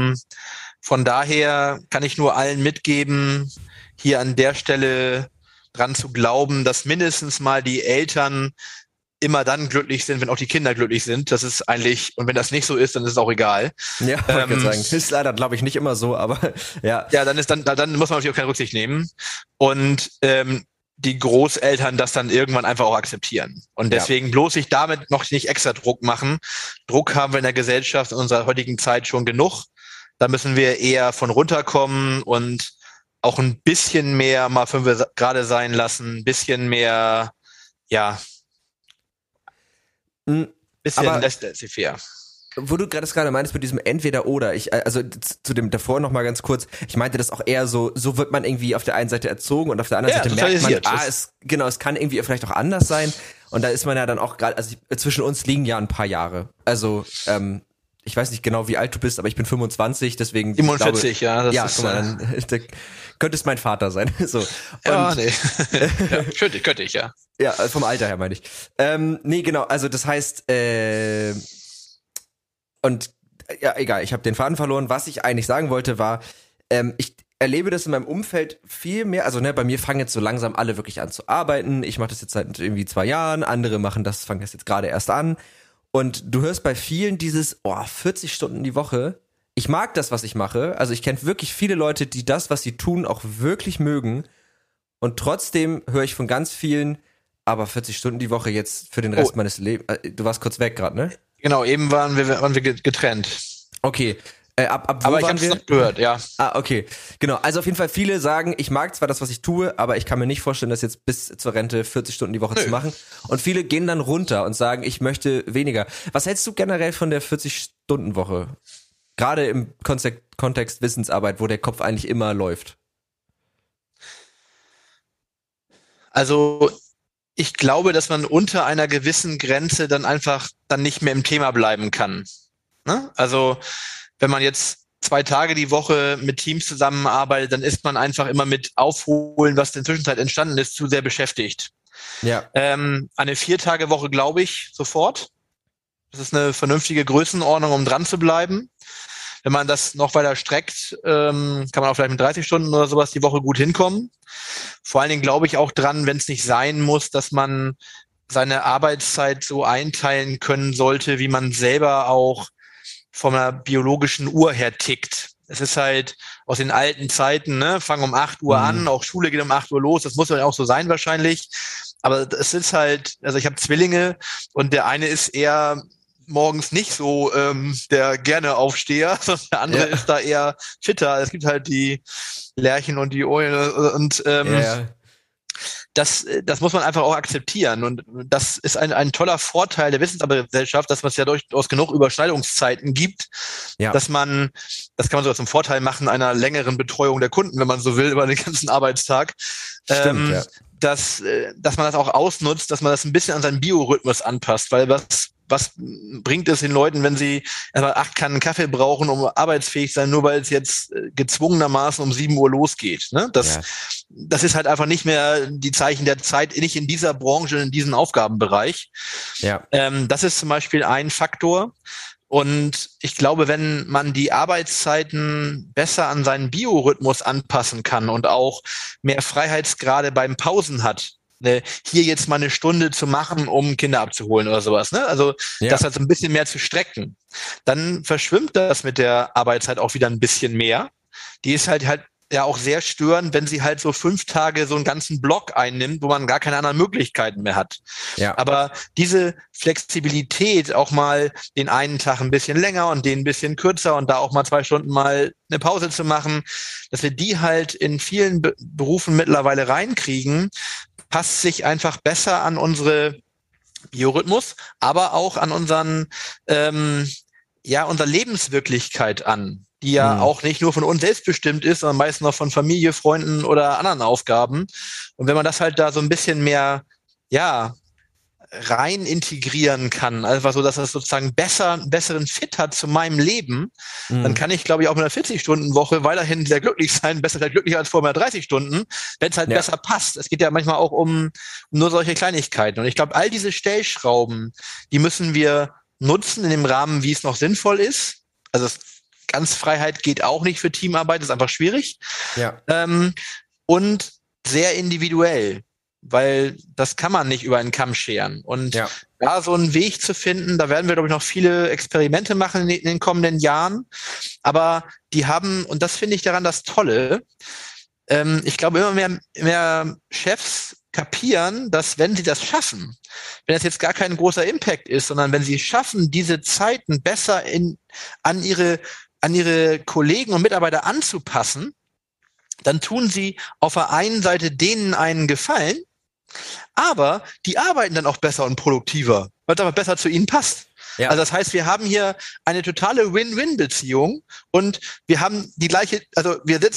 von daher kann ich nur allen mitgeben, hier an der Stelle dran zu glauben, dass mindestens mal die Eltern immer dann glücklich sind, wenn auch die Kinder glücklich sind. Das ist eigentlich, und wenn das nicht so ist, dann ist es auch egal. Ja, ich kann sagen, ist leider, glaube ich, nicht immer so, aber ja. Ja, dann muss man natürlich auch keine Rücksicht nehmen. Und die Großeltern das dann irgendwann einfach auch akzeptieren. Und deswegen bloß sich damit noch nicht extra Druck machen. Druck haben wir in der Gesellschaft in unserer heutigen Zeit schon genug. Da müssen wir eher von runterkommen und auch ein bisschen mehr mal 5 Grad sein lassen, ein bisschen mehr, bisschen laissez-faire. Wo du gerade meinst mit diesem Entweder-Oder, also zu dem davor noch mal ganz kurz, ich meinte das auch eher so wird man irgendwie auf der einen Seite erzogen und auf der anderen Seite merkt man, es kann irgendwie vielleicht auch anders sein. Und da ist man ja dann auch gerade, also zwischen uns liegen ja ein paar Jahre. Also, ich weiß nicht genau, wie alt du bist, aber ich bin 25, deswegen 47, glaube, ja. Das ja, ist, guck mal, dann könnte es mein Vater sein. So. Ja, Und, nee. Ja, könnte ich, ja. ja, vom Alter her meine ich. Nee, genau, also das heißt, und ja, egal, ich habe den Faden verloren. Was ich eigentlich sagen wollte war, ich erlebe das in meinem Umfeld viel mehr, also bei mir fangen jetzt so langsam alle wirklich an zu arbeiten. Ich mache das jetzt seit irgendwie 2 Jahren, andere fangen das jetzt gerade erst an. Und du hörst bei vielen dieses, 40 Stunden die Woche. Ich mag das, was ich mache. Also ich kenne wirklich viele Leute, die das, was sie tun, auch wirklich mögen. Und trotzdem höre ich von ganz vielen, aber 40 Stunden die Woche jetzt für den Rest meines Lebens. Du warst kurz weg gerade, ne? Genau, eben waren wir getrennt. Okay. Ab wo aber ich waren habe wir? es noch gehört, ja. Okay. Genau. Also auf jeden Fall viele sagen, ich mag zwar das, was ich tue, aber ich kann mir nicht vorstellen, das jetzt bis zur Rente 40 Stunden die Woche zu machen. Und viele gehen dann runter und sagen, ich möchte weniger. Was hältst du generell von der 40-Stunden-Woche? Gerade im Kontext Wissensarbeit, wo der Kopf eigentlich immer läuft. Also ich glaube, dass man unter einer gewissen Grenze dann einfach dann nicht mehr im Thema bleiben kann. Ne? Also wenn man jetzt 2 Tage die Woche mit Teams zusammenarbeitet, dann ist man einfach immer mit Aufholen, was in der Zwischenzeit entstanden ist, zu sehr beschäftigt. Ja. Eine 4-Tage-Woche glaube ich sofort. Das ist eine vernünftige Größenordnung, um dran zu bleiben. Wenn man das noch weiter streckt, kann man auch vielleicht mit 30 Stunden oder sowas die Woche gut hinkommen. Vor allen Dingen glaube ich auch dran, wenn es nicht sein muss, dass man seine Arbeitszeit so einteilen können sollte, wie man selber auch von einer biologischen Uhr her tickt. Es ist halt aus den alten Zeiten, ne, fangen um 8 Uhr an, auch Schule geht um 8 Uhr los, das muss ja auch so sein wahrscheinlich. Aber es ist halt, also ich habe Zwillinge und der eine ist eher morgens nicht so der gerne Aufsteher, sondern der andere ist da eher fitter. Es gibt halt die Lerchen und die Eulen und das muss man einfach auch akzeptieren. Und das ist ein toller Vorteil der Wissensgesellschaft, dass man es ja durchaus genug Überschneidungszeiten gibt, dass man, das kann man sogar zum Vorteil machen einer längeren Betreuung der Kunden, wenn man so will, über den ganzen Arbeitstag. Stimmt, dass man das auch ausnutzt, dass man das ein bisschen an seinen Biorhythmus anpasst, weil was bringt es den Leuten, wenn sie etwa 8 Kannen Kaffee brauchen, um arbeitsfähig sein, nur weil es jetzt gezwungenermaßen um 7 Uhr losgeht. Ne? Das ist halt einfach nicht mehr die Zeichen der Zeit, nicht in dieser Branche, in diesem Aufgabenbereich. Ja. Das ist zum Beispiel ein Faktor. Und ich glaube, wenn man die Arbeitszeiten besser an seinen Biorhythmus anpassen kann und auch mehr Freiheitsgrade beim Pausen hat, hier jetzt mal eine Stunde zu machen, um Kinder abzuholen oder sowas, ne? Also das halt so ein bisschen mehr zu strecken. Dann verschwimmt das mit der Arbeitszeit auch wieder ein bisschen mehr. Die ist halt ja auch sehr störend, wenn sie halt so 5 Tage so einen ganzen Block einnimmt, wo man gar keine anderen Möglichkeiten mehr hat. Ja. Aber diese Flexibilität, auch mal den einen Tag ein bisschen länger und den ein bisschen kürzer und da auch mal 2 Stunden mal eine Pause zu machen, dass wir die halt in vielen Berufen mittlerweile reinkriegen, passt sich einfach besser an unsere Biorhythmus, aber auch an unsere Lebenswirklichkeit an, die ja auch nicht nur von uns selbst bestimmt ist, sondern meistens noch von Familie, Freunden oder anderen Aufgaben. Und wenn man das halt da so ein bisschen mehr, rein integrieren kann, einfach so, dass das sozusagen einen besseren Fit hat zu meinem Leben, dann kann ich, glaube ich, auch mit einer 40-Stunden-Woche weiterhin sehr glücklich sein, besser vielleicht glücklicher als vor mehr 30 Stunden, wenn es halt besser passt. Es geht ja manchmal auch um nur solche Kleinigkeiten. Und ich glaube, all diese Stellschrauben, die müssen wir nutzen in dem Rahmen, wie es noch sinnvoll ist. Also ganz Freiheit geht auch nicht für Teamarbeit, ist einfach schwierig. Ja. Und sehr individuell, weil das kann man nicht über einen Kamm scheren. Und da so einen Weg zu finden, da werden wir, glaube ich, noch viele Experimente machen in den kommenden Jahren. Aber die haben, und das finde ich daran das Tolle, ich glaube, immer mehr Chefs kapieren, dass wenn sie das schaffen, wenn das jetzt gar kein großer Impact ist, sondern wenn sie schaffen, diese Zeiten besser an ihre Kollegen und Mitarbeiter anzupassen, dann tun sie auf der einen Seite denen einen Gefallen, aber die arbeiten dann auch besser und produktiver, weil es aber besser zu ihnen passt. Ja. Also das heißt, wir haben hier eine totale Win-Win-Beziehung und wir haben die gleiche, also wir sitzen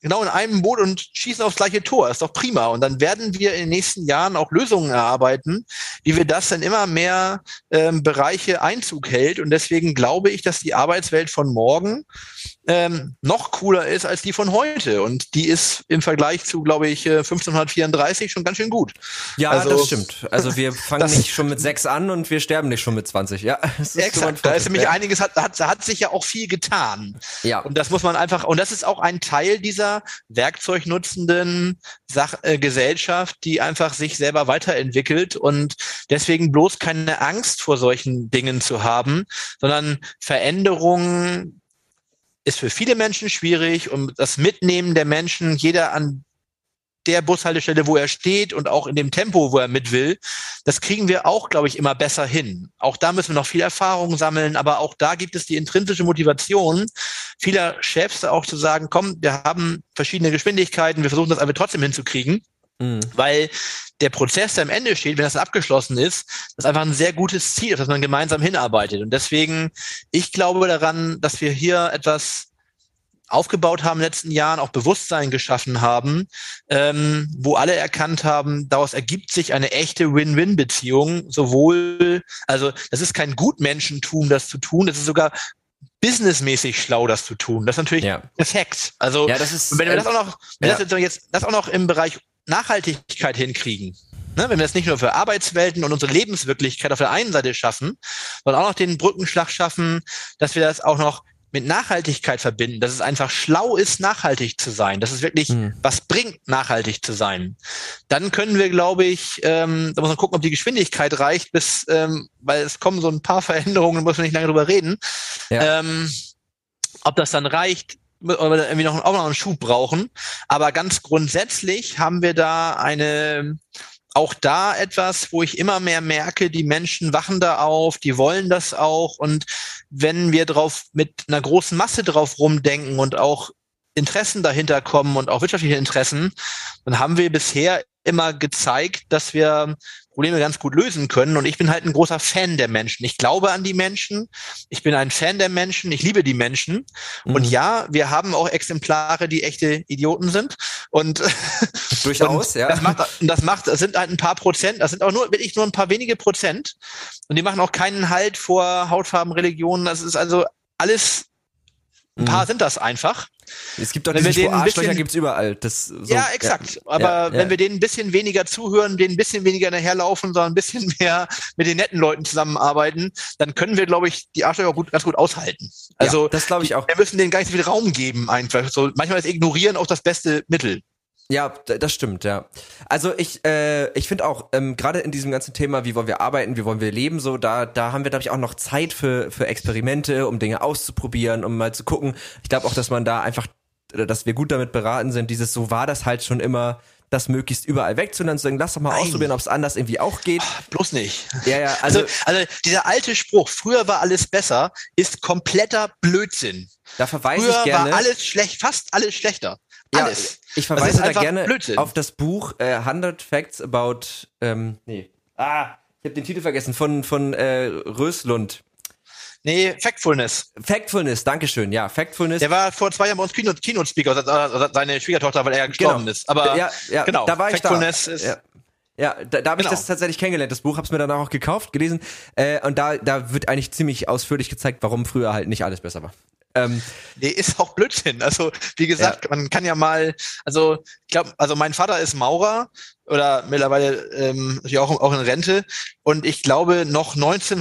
genau in einem Boot und schießen aufs gleiche Tor. Das ist doch prima. Und dann werden wir in den nächsten Jahren auch Lösungen erarbeiten, wie wir das in immer mehr Bereiche Einzug hält. Und deswegen glaube ich, dass die Arbeitswelt von morgen noch cooler ist als die von heute. Und die ist im Vergleich zu, glaube ich, 1534 schon ganz schön gut. Ja, also, das stimmt. Also wir fangen nicht schon mit 6 an und wir sterben nicht schon mit 20. Ja, das ist exakt. Da ist nämlich einiges, hat sich ja auch viel getan. Ja. Und das muss man einfach, und das ist auch ein Teil dieser werkzeugnutzenden Gesellschaft, die einfach sich selber weiterentwickelt und deswegen bloß keine Angst vor solchen Dingen zu haben, sondern Veränderungen ist für viele Menschen schwierig und das Mitnehmen der Menschen, jeder an der Bushaltestelle, wo er steht und auch in dem Tempo, wo er mit will, das kriegen wir auch, glaube ich, immer besser hin. Auch da müssen wir noch viel Erfahrung sammeln, aber auch da gibt es die intrinsische Motivation vieler Chefs auch zu sagen, komm, wir haben verschiedene Geschwindigkeiten, wir versuchen das aber trotzdem hinzukriegen, weil der Prozess, der am Ende steht, wenn das dann abgeschlossen ist, das ist einfach ein sehr gutes Ziel, auf das man gemeinsam hinarbeitet. Und deswegen, ich glaube daran, dass wir hier etwas aufgebaut haben in den letzten Jahren, auch Bewusstsein geschaffen haben, wo alle erkannt haben, daraus ergibt sich eine echte Win-Win-Beziehung, sowohl, also das ist kein Gutmenschentum, das zu tun, das ist sogar businessmäßig schlau, das zu tun. Das ist natürlich perfekt. Also ja, das ist, wenn wir das auch noch, das auch noch im Bereich Nachhaltigkeit hinkriegen, ne, wenn wir das nicht nur für Arbeitswelten und unsere Lebenswirklichkeit auf der einen Seite schaffen, sondern auch noch den Brückenschlag schaffen, dass wir das auch noch mit Nachhaltigkeit verbinden, dass es einfach schlau ist, nachhaltig zu sein, dass es wirklich was bringt, nachhaltig zu sein. Dann können wir, glaube ich, da muss man gucken, ob die Geschwindigkeit reicht, bis, weil es kommen so ein paar Veränderungen, da muss man nicht lange drüber reden, ob das dann reicht, oder wir irgendwie auch noch einen Schub brauchen. Aber ganz grundsätzlich haben wir da auch da etwas, wo ich immer mehr merke, die Menschen wachen da auf, die wollen das auch. Und wenn wir drauf mit einer großen Masse drauf rumdenken und auch Interessen dahinter kommen und auch wirtschaftliche Interessen, dann haben wir bisher immer gezeigt, dass wir Probleme ganz gut lösen können. Und ich bin halt ein großer Fan der Menschen. Ich glaube an die Menschen. Ich bin ein Fan der Menschen. Ich liebe die Menschen. Und ja, wir haben auch Exemplare, die echte Idioten sind. Und durchaus, ja. Das sind halt ein paar Prozent. Das sind auch wirklich nur ein paar wenige Prozent. Und die machen auch keinen Halt vor Hautfarben, Religionen. Das ist also alles, ein paar sind das einfach. Es gibt doch diese Arschlöcher, gibt's überall. Ja, exakt. Aber wenn wir denen ein bisschen weniger zuhören, denen ein bisschen weniger nachherlaufen, sondern ein bisschen mehr mit den netten Leuten zusammenarbeiten, dann können wir, glaube ich, die Arschlöcher auch ganz gut aushalten. Also, das glaube ich auch. Wir müssen denen gar nicht so viel Raum geben, einfach. So, manchmal ist Ignorieren auch das beste Mittel. Ja, das stimmt, ja. Also ich finde auch, gerade in diesem ganzen Thema, wie wollen wir arbeiten, wie wollen wir leben, so, da haben wir, glaube ich, auch noch Zeit für Experimente, um Dinge auszuprobieren, um mal zu gucken. Ich glaube auch, dass man da einfach, dass wir gut damit beraten sind, so war das halt schon immer, das möglichst überall wegzunehmen, zu sagen, lass doch mal ausprobieren, ob es anders irgendwie auch geht. Bloß nicht. Ja, also dieser alte Spruch, früher war alles besser, ist kompletter Blödsinn. Da verweise ich gerne. Früher war alles schlecht, fast alles schlechter. Ja, alles. Ich verweise da gerne Blödsinn. auf das Buch 100 Facts about, ich habe den Titel vergessen, von Röslund. Nee, Factfulness. Factfulness, dankeschön, ja, Factfulness. Der war vor 2 Jahren bei uns Keynote-Speaker, seine Schwiegertochter, weil er gestorben ist. Aber genau, da war ich Factfulness da. ist... Ja, da habe ich das tatsächlich kennengelernt, das Buch, hab's mir danach auch gekauft, gelesen, und da wird eigentlich ziemlich ausführlich gezeigt, warum früher halt nicht alles besser war. Nee, ist auch Blödsinn. Also, wie gesagt, man kann ja mal, also, ich glaube, also mein Vater ist Maurer oder mittlerweile auch in Rente und ich glaube, noch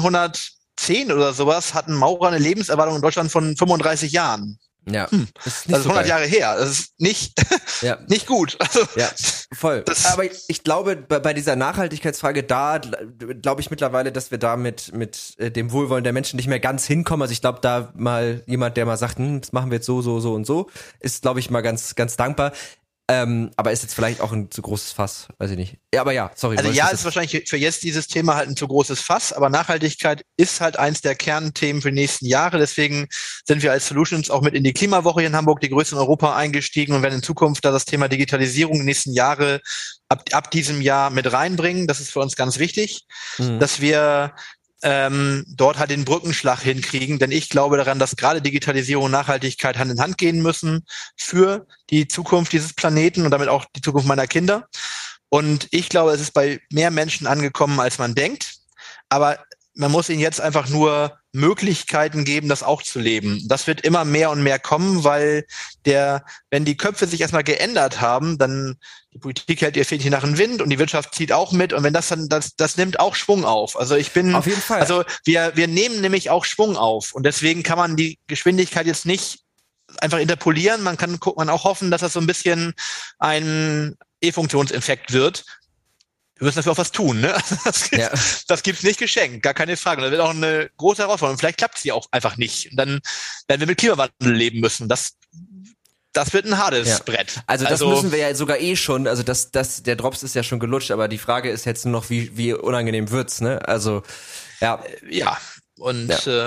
1910 oder sowas hatten Maurer eine Lebenserwartung in Deutschland von 35 Jahren. Ja. Das ist 100 Jahre her. Das ist nicht gut. Also, ja, voll. Aber ich glaube, bei dieser Nachhaltigkeitsfrage, da glaube ich mittlerweile, dass wir da mit dem Wohlwollen der Menschen nicht mehr ganz hinkommen. Also ich glaube, da mal jemand, der mal sagt, das machen wir jetzt so und so, ist, glaube ich, mal ganz, ganz dankbar. Aber ist jetzt vielleicht auch ein zu großes Fass, weiß ich nicht. Ja, aber ja, sorry. Also ja, ist wahrscheinlich für jetzt dieses Thema halt ein zu großes Fass, aber Nachhaltigkeit ist halt eins der Kernthemen für die nächsten Jahre. Deswegen sind wir als Solutions auch mit in die Klimawoche hier in Hamburg, die größte in Europa, eingestiegen und werden in Zukunft da das Thema Digitalisierung die nächsten Jahre ab diesem Jahr mit reinbringen. Das ist für uns ganz wichtig, dass wir dort halt den Brückenschlag hinkriegen. Denn ich glaube daran, dass gerade Digitalisierung und Nachhaltigkeit Hand in Hand gehen müssen für die Zukunft dieses Planeten und damit auch die Zukunft meiner Kinder. Und ich glaube, es ist bei mehr Menschen angekommen, als man denkt. Aber man muss ihnen jetzt einfach nur Möglichkeiten geben, das auch zu leben. Das wird immer mehr und mehr kommen, weil wenn die Köpfe sich erstmal geändert haben, dann die Politik hält ihr Fähnchen nach dem Wind und die Wirtschaft zieht auch mit. Und wenn das dann, das nimmt auch Schwung auf. Also auf jeden Fall. Also wir nehmen nämlich auch Schwung auf. Und deswegen kann man die Geschwindigkeit jetzt nicht einfach interpolieren. Man kann auch hoffen, dass das so ein bisschen ein E-Funktionseffekt wird. Wir müssen dafür auch was tun, ne? Das gibt's nicht geschenkt, gar keine Frage. Und das wird auch eine große Herausforderung. Vielleicht klappt es ja auch einfach nicht. Und dann werden wir mit Klimawandel leben müssen. Das wird ein hartes Brett. Also das müssen wir ja sogar schon. Also der Drops ist ja schon gelutscht, aber die Frage ist jetzt nur noch, wie unangenehm wird's, ne? Also ja. Und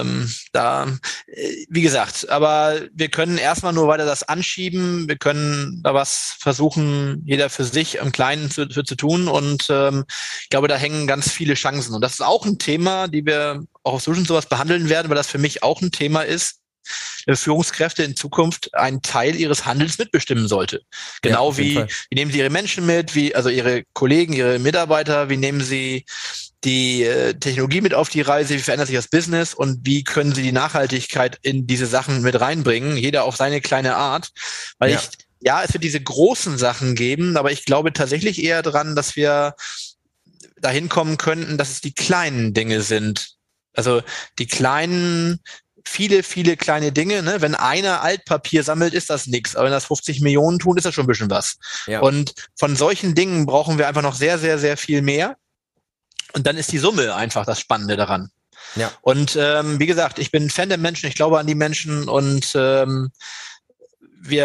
wie gesagt, aber wir können erstmal nur weiter das anschieben. Wir können da was versuchen, jeder für sich im Kleinen zu tun. Und ich glaube, da hängen ganz viele Chancen. Und das ist auch ein Thema, die wir auch auf Solutions sowas behandeln werden, weil das für mich auch ein Thema ist, Führungskräfte in Zukunft einen Teil ihres Handels mitbestimmen sollte. Genau wie nehmen sie ihre Menschen mit, also ihre Kollegen, ihre Mitarbeiter, wie nehmen sie die Technologie mit auf die Reise, wie verändert sich das Business und wie können sie die Nachhaltigkeit in diese Sachen mit reinbringen, jeder auf seine kleine Art. Weil es wird diese großen Sachen geben, aber ich glaube tatsächlich eher dran, dass wir dahin kommen könnten, dass es die kleinen Dinge sind. Also die kleinen, viele kleine Dinge, ne? Wenn einer Altpapier sammelt, ist das nichts. Aber wenn das 50 Millionen tun, ist das schon ein bisschen was. Ja. Und von solchen Dingen brauchen wir einfach noch sehr, sehr, sehr viel mehr. Und dann ist die Summe einfach das Spannende daran. Ja. Und wie gesagt, ich bin Fan der Menschen, ich glaube an die Menschen und ich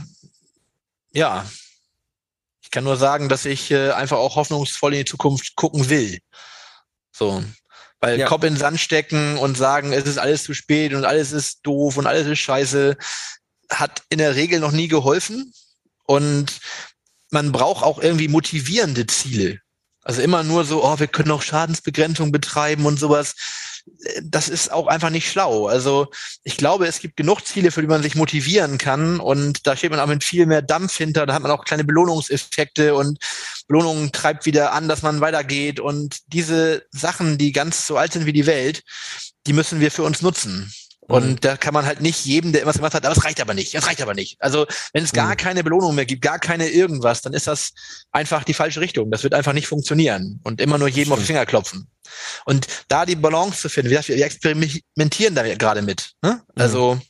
kann nur sagen, dass ich einfach auch hoffnungsvoll in die Zukunft gucken will. So. Weil Kopf in den Sand stecken und sagen, es ist alles zu spät und alles ist doof und alles ist scheiße, hat in der Regel noch nie geholfen. Und man braucht auch irgendwie motivierende Ziele. Also immer nur so, wir können auch Schadensbegrenzung betreiben und sowas. Das ist auch einfach nicht schlau. Also ich glaube, es gibt genug Ziele, für die man sich motivieren kann und da steht man auch mit viel mehr Dampf hinter. Da hat man auch kleine Belohnungseffekte und Belohnung treibt wieder an, dass man weitergeht und diese Sachen, die ganz so alt sind wie die Welt, die müssen wir für uns nutzen. Und da kann man halt nicht jedem, der irgendwas gemacht hat, aber es reicht aber nicht. Also wenn es gar keine Belohnung mehr gibt, gar keine irgendwas, dann ist das einfach die falsche Richtung. Das wird einfach nicht funktionieren und immer nur jedem auf die Finger klopfen. Und da die Balance zu finden, wie gesagt, wir experimentieren da gerade mit. Ne? Also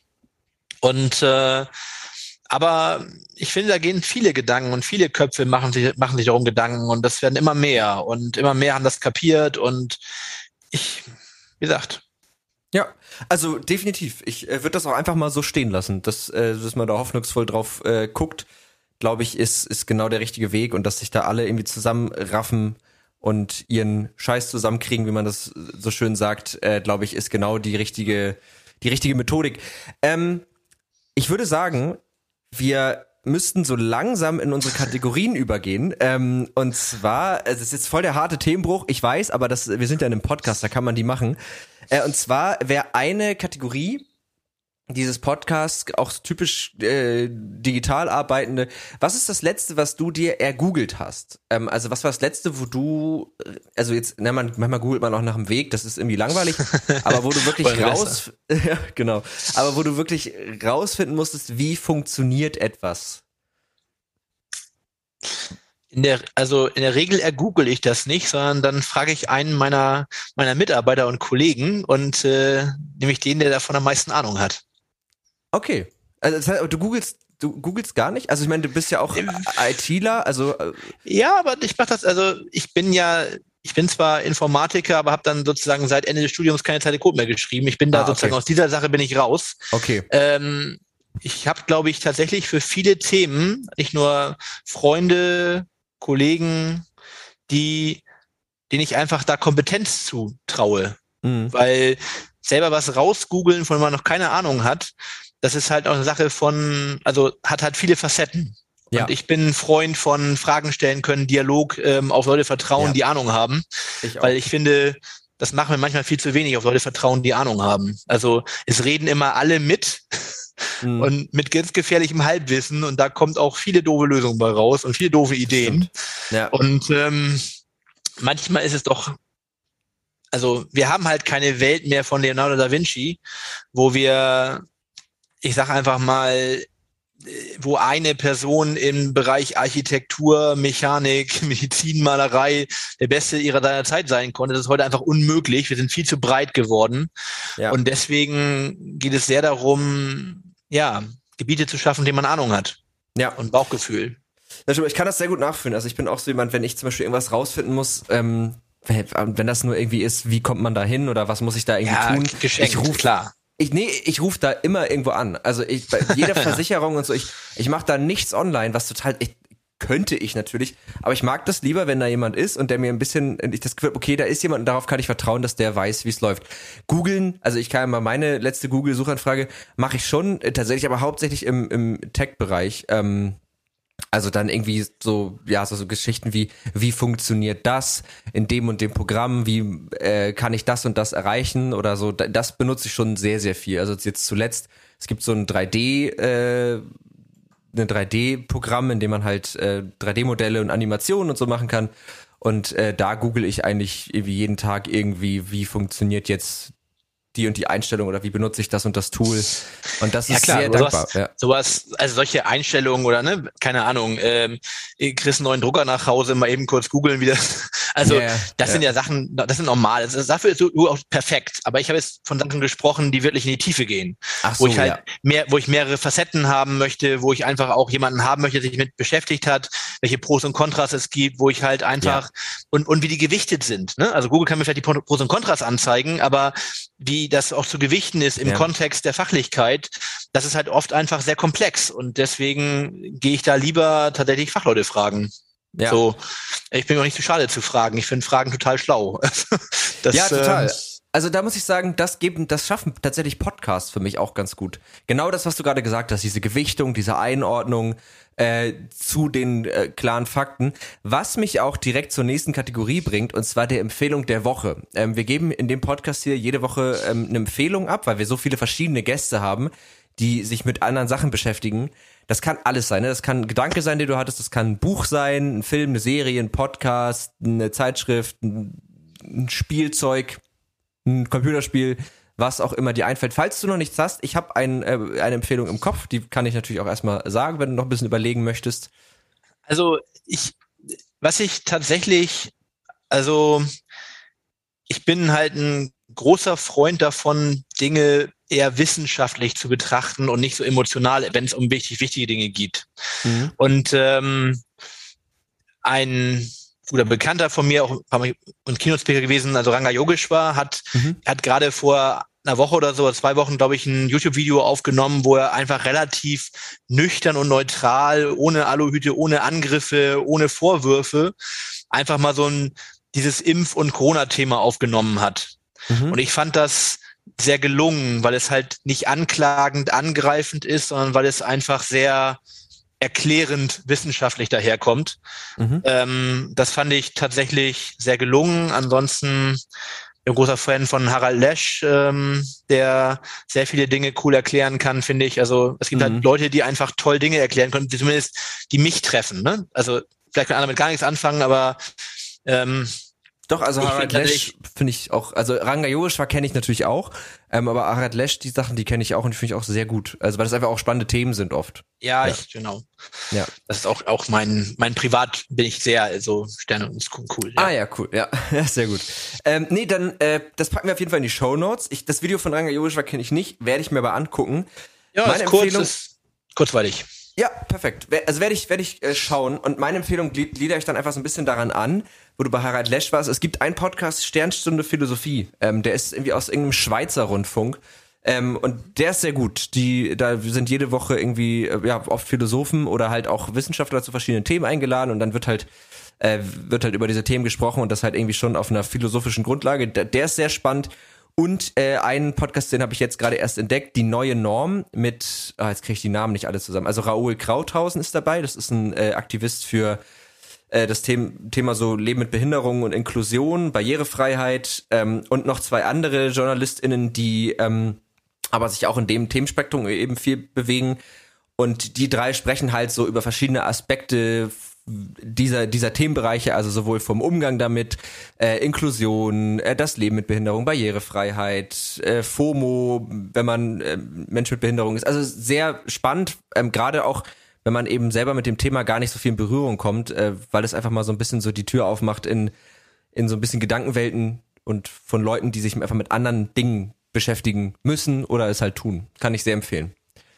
aber ich finde, da gehen viele Gedanken und viele Köpfe machen sich darum Gedanken und das werden immer mehr und immer mehr haben das kapiert und wie gesagt. Ja, also definitiv. Ich würde das auch einfach mal so stehen lassen, dass man da hoffnungsvoll drauf guckt, glaube ich, ist genau der richtige Weg und dass sich da alle irgendwie zusammenraffen und ihren Scheiß zusammenkriegen, wie man das so schön sagt, glaube ich, ist genau die richtige Methodik. Ich würde sagen, wir müssten so langsam in unsere Kategorien übergehen. Und zwar, es ist jetzt voll der harte Themenbruch, ich weiß, aber wir sind ja in einem Podcast, da kann man die machen. Und zwar wäre eine Kategorie dieses Podcasts, auch typisch digital arbeitende, was ist das Letzte, was du dir ergoogelt hast? Also was war das Letzte, wo du, also jetzt, manchmal googelt man auch nach dem Weg, das ist irgendwie langweilig, aber wo du wirklich aber wo du wirklich rausfinden musstest, wie funktioniert etwas? In der Regel ergoogle ich das nicht, sondern dann frage ich einen meiner Mitarbeiter und Kollegen und nämlich den, der davon am meisten Ahnung hat. Okay. Also das heißt, du googelst gar nicht? Also ich meine, du bist ja auch ITler, also ja, aber ich mache das, also ich bin zwar Informatiker, aber habe dann sozusagen seit Ende des Studiums keine Zeile Code mehr geschrieben. Ich bin da sozusagen aus dieser Sache bin ich raus. Okay. Ich habe, glaube ich, tatsächlich für viele Themen nicht nur Freunde, Kollegen, denen ich einfach da Kompetenz zutraue. Weil selber was rausgoogeln, von dem man noch keine Ahnung hat, das ist halt auch eine Sache hat halt viele Facetten. Ja. Und ich bin ein Freund von Fragen stellen können, Dialog, auf Leute vertrauen, die Ahnung haben. Weil ich finde, das machen wir manchmal viel zu wenig auf Leute vertrauen, die Ahnung haben. Also es reden immer alle mit und mit ganz gefährlichem Halbwissen und da kommt auch viele doofe Lösungen bei raus und viele doofe Ideen. Ja. Und manchmal ist es doch, also wir haben halt keine Welt mehr von Leonardo da Vinci, wo wir, ich sag einfach mal, wo eine Person im Bereich Architektur, Mechanik, Medizin, Malerei der Beste seiner Zeit sein konnte. Das ist heute einfach unmöglich. Wir sind viel zu breit geworden. Ja. Und deswegen geht es sehr darum, ja, Gebiete zu schaffen, denen man Ahnung hat. Ja. Und Bauchgefühl. Ich kann das sehr gut nachfühlen. Also ich bin auch so jemand, wenn ich zum Beispiel irgendwas rausfinden muss, wenn das nur irgendwie ist, wie kommt man da hin oder was muss ich da irgendwie tun? Geschenkt, klar. Ich rufe da immer irgendwo an. Also bei jeder Versicherung und so, ich mache da nichts online, was total, könnte ich natürlich, aber ich mag das lieber, wenn da jemand ist und der mir ein bisschen, ich das Gefühl, okay, da ist jemand und darauf kann ich vertrauen, dass der weiß, wie es läuft. Googeln, also ich kann mal meine letzte Google-Suchanfrage, mache ich schon tatsächlich, aber hauptsächlich im Tech-Bereich, also dann irgendwie so Geschichten wie funktioniert das in dem und dem Programm, wie kann ich das und das erreichen oder so, das benutze ich schon sehr, sehr viel. Also jetzt zuletzt, es gibt so ein 3D-Programm, in dem man halt 3D-Modelle und Animationen und so machen kann und da google ich eigentlich irgendwie jeden Tag irgendwie, wie funktioniert jetzt die und die Einstellung oder wie benutze ich das und das Tool und das ist klar, sehr dankbar. Sowas, also solche Einstellungen oder keine Ahnung, kriegst einen neuen Drucker nach Hause, mal eben kurz googeln, wie das, also das sind ja Sachen, das sind normal, dafür ist du auch perfekt, aber ich habe jetzt von Sachen gesprochen, die wirklich in die Tiefe gehen, wo ich halt wo ich mehrere Facetten haben möchte, wo ich einfach auch jemanden haben möchte, der sich mit beschäftigt hat, welche Pros und Kontras es gibt, wo ich halt einfach und wie die gewichtet sind, ne? Also Google kann mir vielleicht die Pros und Kontras anzeigen, aber wie das auch zu gewichten ist im Kontext der Fachlichkeit, das ist halt oft einfach sehr komplex und deswegen gehe ich da lieber tatsächlich Fachleute fragen. Ja. So, ich bin mir auch nicht zu schade zu fragen. Ich finde Fragen total schlau. Total. Also da muss ich sagen, das schaffen tatsächlich Podcasts für mich auch ganz gut. Genau das, was du gerade gesagt hast, diese Gewichtung, diese Einordnung zu den klaren Fakten, was mich auch direkt zur nächsten Kategorie bringt, und zwar der Empfehlung der Woche. Wir geben in dem Podcast hier jede Woche eine Empfehlung ab, weil wir so viele verschiedene Gäste haben, die sich mit anderen Sachen beschäftigen. Das kann alles sein, ne? Das kann ein Gedanke sein, den du hattest, das kann ein Buch sein, ein Film, eine Serie, ein Podcast, eine Zeitschrift, ein Spielzeug, ein Computerspiel, was auch immer dir einfällt. Falls du noch nichts hast, ich habe eine Empfehlung im Kopf, die kann ich natürlich auch erstmal sagen, wenn du noch ein bisschen überlegen möchtest. Also ich bin halt ein großer Freund davon, Dinge eher wissenschaftlich zu betrachten und nicht so emotional, wenn es um wichtige Dinge geht. Mhm. Und ein guter Bekannter von mir, auch ein paar Mal und Keynote-Speaker gewesen, also Ranga Yogeshwar, hat gerade vor einer Woche oder so, 2 Wochen, glaube ich, ein YouTube-Video aufgenommen, wo er einfach relativ nüchtern und neutral, ohne Aluhüte, ohne Angriffe, ohne Vorwürfe, einfach mal dieses Impf- und Corona-Thema aufgenommen hat. Mhm. Und ich fand das sehr gelungen, weil es halt nicht anklagend, angreifend ist, sondern weil es einfach sehr erklärend wissenschaftlich daherkommt. Mhm. Das fand ich tatsächlich sehr gelungen. Ansonsten ein großer Fan von Harald Lesch, der sehr viele Dinge cool erklären kann, finde ich. Also es gibt halt Leute, die einfach toll Dinge erklären können, die mich treffen. Ne? Also vielleicht kann einer damit gar nichts anfangen, aber doch, also Harald Lesch finde ich auch, also Ranga Yogeshwar kenne ich natürlich auch, aber Harald Lesch, die Sachen, die kenne ich auch und die finde ich auch sehr gut. Also weil das einfach auch spannende Themen sind oft. Ja. Genau. Ja. Das ist auch mein Privat bin ich sehr, so Sterne ist cool. Ja. Ah ja, cool, ja, sehr gut. Dann, das packen wir auf jeden Fall in die Shownotes. Das Video von Ranga Yogeshwar kenne ich nicht, werde ich mir aber angucken. Ja, meine Empfehlung ist kurzweilig. Ja, perfekt. Also werde ich schauen und meine Empfehlung gliedere ich dann einfach so ein bisschen daran an, wo du bei Harald Lesch warst. Es gibt einen Podcast, Sternstunde Philosophie. Der ist irgendwie aus irgendeinem Schweizer Rundfunk. Und der ist sehr gut. Da sind jede Woche irgendwie oft Philosophen oder halt auch Wissenschaftler zu verschiedenen Themen eingeladen und dann wird halt über diese Themen gesprochen und das halt irgendwie schon auf einer philosophischen Grundlage. Der ist sehr spannend. Und einen Podcast, den habe ich jetzt gerade erst entdeckt, Die neue Norm mit, jetzt kriege ich die Namen nicht alle zusammen, also Raoul Krauthausen ist dabei, das ist ein Aktivist für das Thema so Leben mit Behinderung und Inklusion, Barrierefreiheit und noch 2 andere JournalistInnen, die aber sich auch in dem Themenspektrum eben viel bewegen. Und die 3 sprechen halt so über verschiedene Aspekte dieser Themenbereiche, also sowohl vom Umgang damit, Inklusion, das Leben mit Behinderung, Barrierefreiheit, FOMO, wenn man Mensch mit Behinderung ist. Also sehr spannend, gerade auch, wenn man eben selber mit dem Thema gar nicht so viel in Berührung kommt, weil es einfach mal so ein bisschen so die Tür aufmacht in so ein bisschen Gedankenwelten und von Leuten, die sich einfach mit anderen Dingen beschäftigen müssen oder es halt tun. Kann ich sehr empfehlen.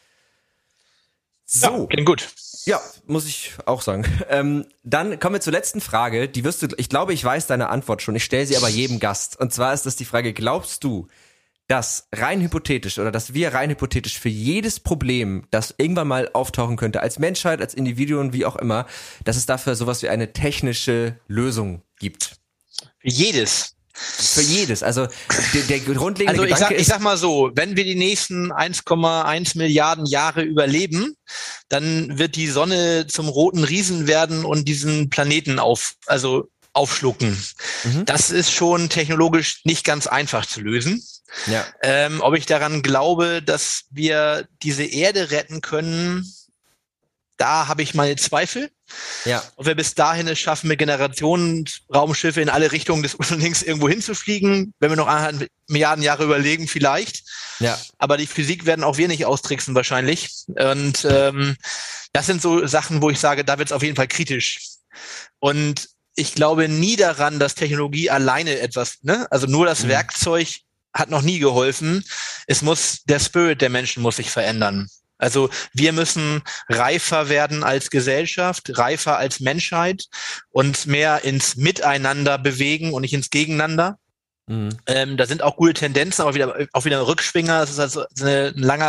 So. Ja, klingt gut. Ja, muss ich auch sagen. Dann kommen wir zur letzten Frage. Die wirst du, ich glaube, ich weiß deine Antwort schon. Ich stelle sie aber jedem Gast. Und zwar ist das die Frage, glaubst du, dass wir rein hypothetisch für jedes Problem, das irgendwann mal auftauchen könnte, als Menschheit, als Individuum, wie auch immer, dass es dafür sowas wie eine technische Lösung gibt? Für jedes. Für jedes. Also der grundlegende Gedanke ich sag mal so, wenn wir die nächsten 1,1 Milliarden Jahre überleben, dann wird die Sonne zum roten Riesen werden und diesen Planeten aufschlucken. Mhm. Das ist schon technologisch nicht ganz einfach zu lösen. Ja. Ob ich daran glaube, dass wir diese Erde retten können, da habe ich meine Zweifel. Ja. Ob wir bis dahin es schaffen, mit Generationsraumschiffe in alle Richtungen des Unternehmens irgendwo hinzufliegen, wenn wir noch 1,5 Milliarden Jahre überlegen, vielleicht. Ja. Aber die Physik werden auch wir nicht austricksen wahrscheinlich. Und das sind so Sachen, wo ich sage, da wird es auf jeden Fall kritisch. Und ich glaube nie daran, dass Technologie alleine etwas, also nur das Werkzeug hat noch nie geholfen. Der Spirit der Menschen muss sich verändern. Also wir müssen reifer werden als Gesellschaft, reifer als Menschheit und mehr ins Miteinander bewegen und nicht ins Gegeneinander. Mhm. Da sind auch gute Tendenzen, aber auch wieder Rückschwinger. Das ist also eine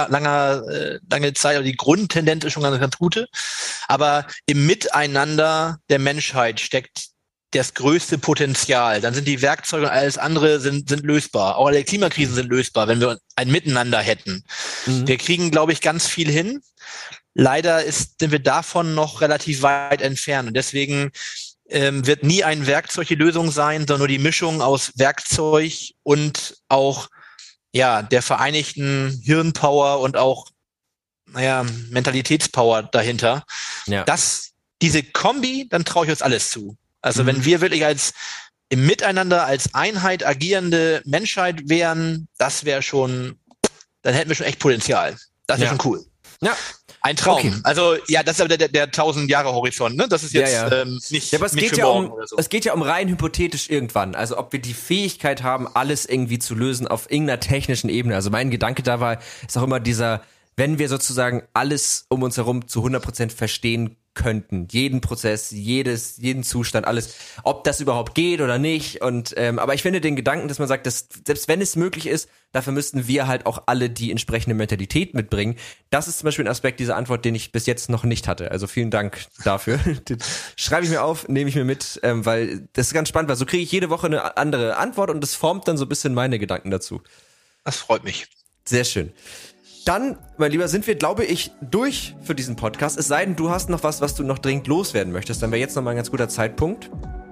lange Zeit, aber die Grundtendenz ist schon ganz gute. Aber im Miteinander der Menschheit steckt das größte Potenzial. Dann sind die Werkzeuge und alles andere sind lösbar. Auch alle Klimakrisen sind lösbar, wenn wir ein Miteinander hätten. Mhm. Wir kriegen, glaube ich, ganz viel hin. Leider sind wir davon noch relativ weit entfernt. Und deswegen wird nie ein Werkzeug die Lösung sein, sondern nur die Mischung aus Werkzeug und auch der vereinigten Hirnpower und auch Mentalitätspower dahinter. Ja. Diese Kombi, dann traue ich uns alles zu. Also wenn wir wirklich im Miteinander als Einheit agierende Menschheit wären, dann hätten wir schon echt Potenzial. Das wäre schon cool. Ja. Ein Traum. Okay. Also das ist aber der 1000 Jahre Horizont, ne? Das ist jetzt nicht. Ja, aber nicht für morgen oder so. Es geht ja um rein hypothetisch irgendwann. Also ob wir die Fähigkeit haben, alles irgendwie zu lösen auf irgendeiner technischen Ebene. Also mein Gedanke dabei ist auch immer wenn wir sozusagen alles um uns herum zu 100% verstehen könnten, jeden Prozess, jeden Zustand, alles, ob das überhaupt geht oder nicht. Und aber ich finde den Gedanken, dass man sagt, dass selbst wenn es möglich ist, dafür müssten wir halt auch alle die entsprechende Mentalität mitbringen. Das ist zum Beispiel ein Aspekt dieser Antwort, den ich bis jetzt noch nicht hatte. Also vielen Dank dafür. Schreibe ich mir auf, nehme ich mir mit, weil das ist ganz spannend, weil so kriege ich jede Woche eine andere Antwort und das formt dann so ein bisschen meine Gedanken dazu. Das freut mich. Sehr schön. Dann, mein Lieber, sind wir, glaube ich, durch für diesen Podcast. Es sei denn, du hast noch was du noch dringend loswerden möchtest. Dann wäre jetzt noch mal ein ganz guter Zeitpunkt.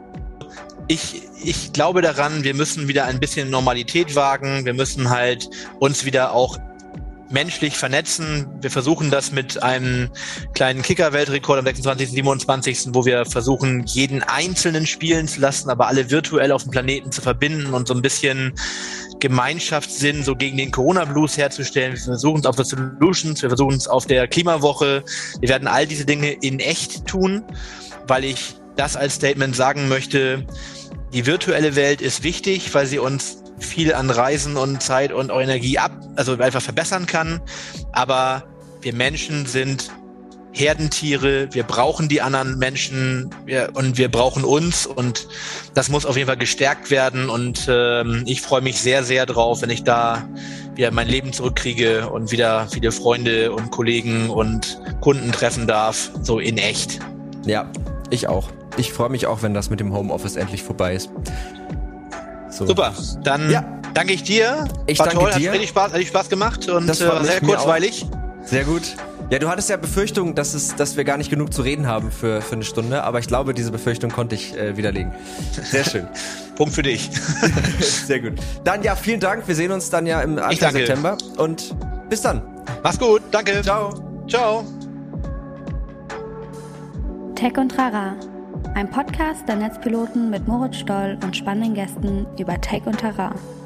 Ich glaube daran, wir müssen wieder ein bisschen Normalität wagen. Wir müssen halt uns wieder auch menschlich vernetzen. Wir versuchen das mit einem kleinen Kicker-Weltrekord am 26., 27., wo wir versuchen, jeden Einzelnen spielen zu lassen, aber alle virtuell auf dem Planeten zu verbinden und so ein bisschen Gemeinschaftssinn so gegen den Corona-Blues herzustellen. Wir versuchen es auf der Solutions, wir versuchen es auf der Klimawoche. Wir werden all diese Dinge in echt tun, weil ich das als Statement sagen möchte, die virtuelle Welt ist wichtig, weil sie uns viel an Reisen und Zeit und auch Energie einfach verbessern kann. Aber wir Menschen sind Herdentiere, wir brauchen die anderen Menschen und wir brauchen uns und das muss auf jeden Fall gestärkt werden und ich freue mich sehr, sehr drauf, wenn ich da wieder mein Leben zurückkriege und wieder viele Freunde und Kollegen und Kunden treffen darf, so in echt. Ja, ich auch. Ich freue mich auch, wenn das mit dem Homeoffice endlich vorbei ist. So. Super, dann danke ich dir. Ich danke dir. Hat richtig Spaß gemacht und sehr kurzweilig. Sehr gut. Ja, du hattest ja Befürchtung, dass wir gar nicht genug zu reden haben für eine Stunde, aber ich glaube, diese Befürchtung konnte ich widerlegen. Sehr schön. Punkt für dich. Sehr gut. Dann ja, vielen Dank. Wir sehen uns dann ja im Anfang September und bis dann. Mach's gut. Danke. Ciao. Ciao. Tech und Trara, ein Podcast der Netzpiloten mit Moritz Stoll und spannenden Gästen über Tech und Trara.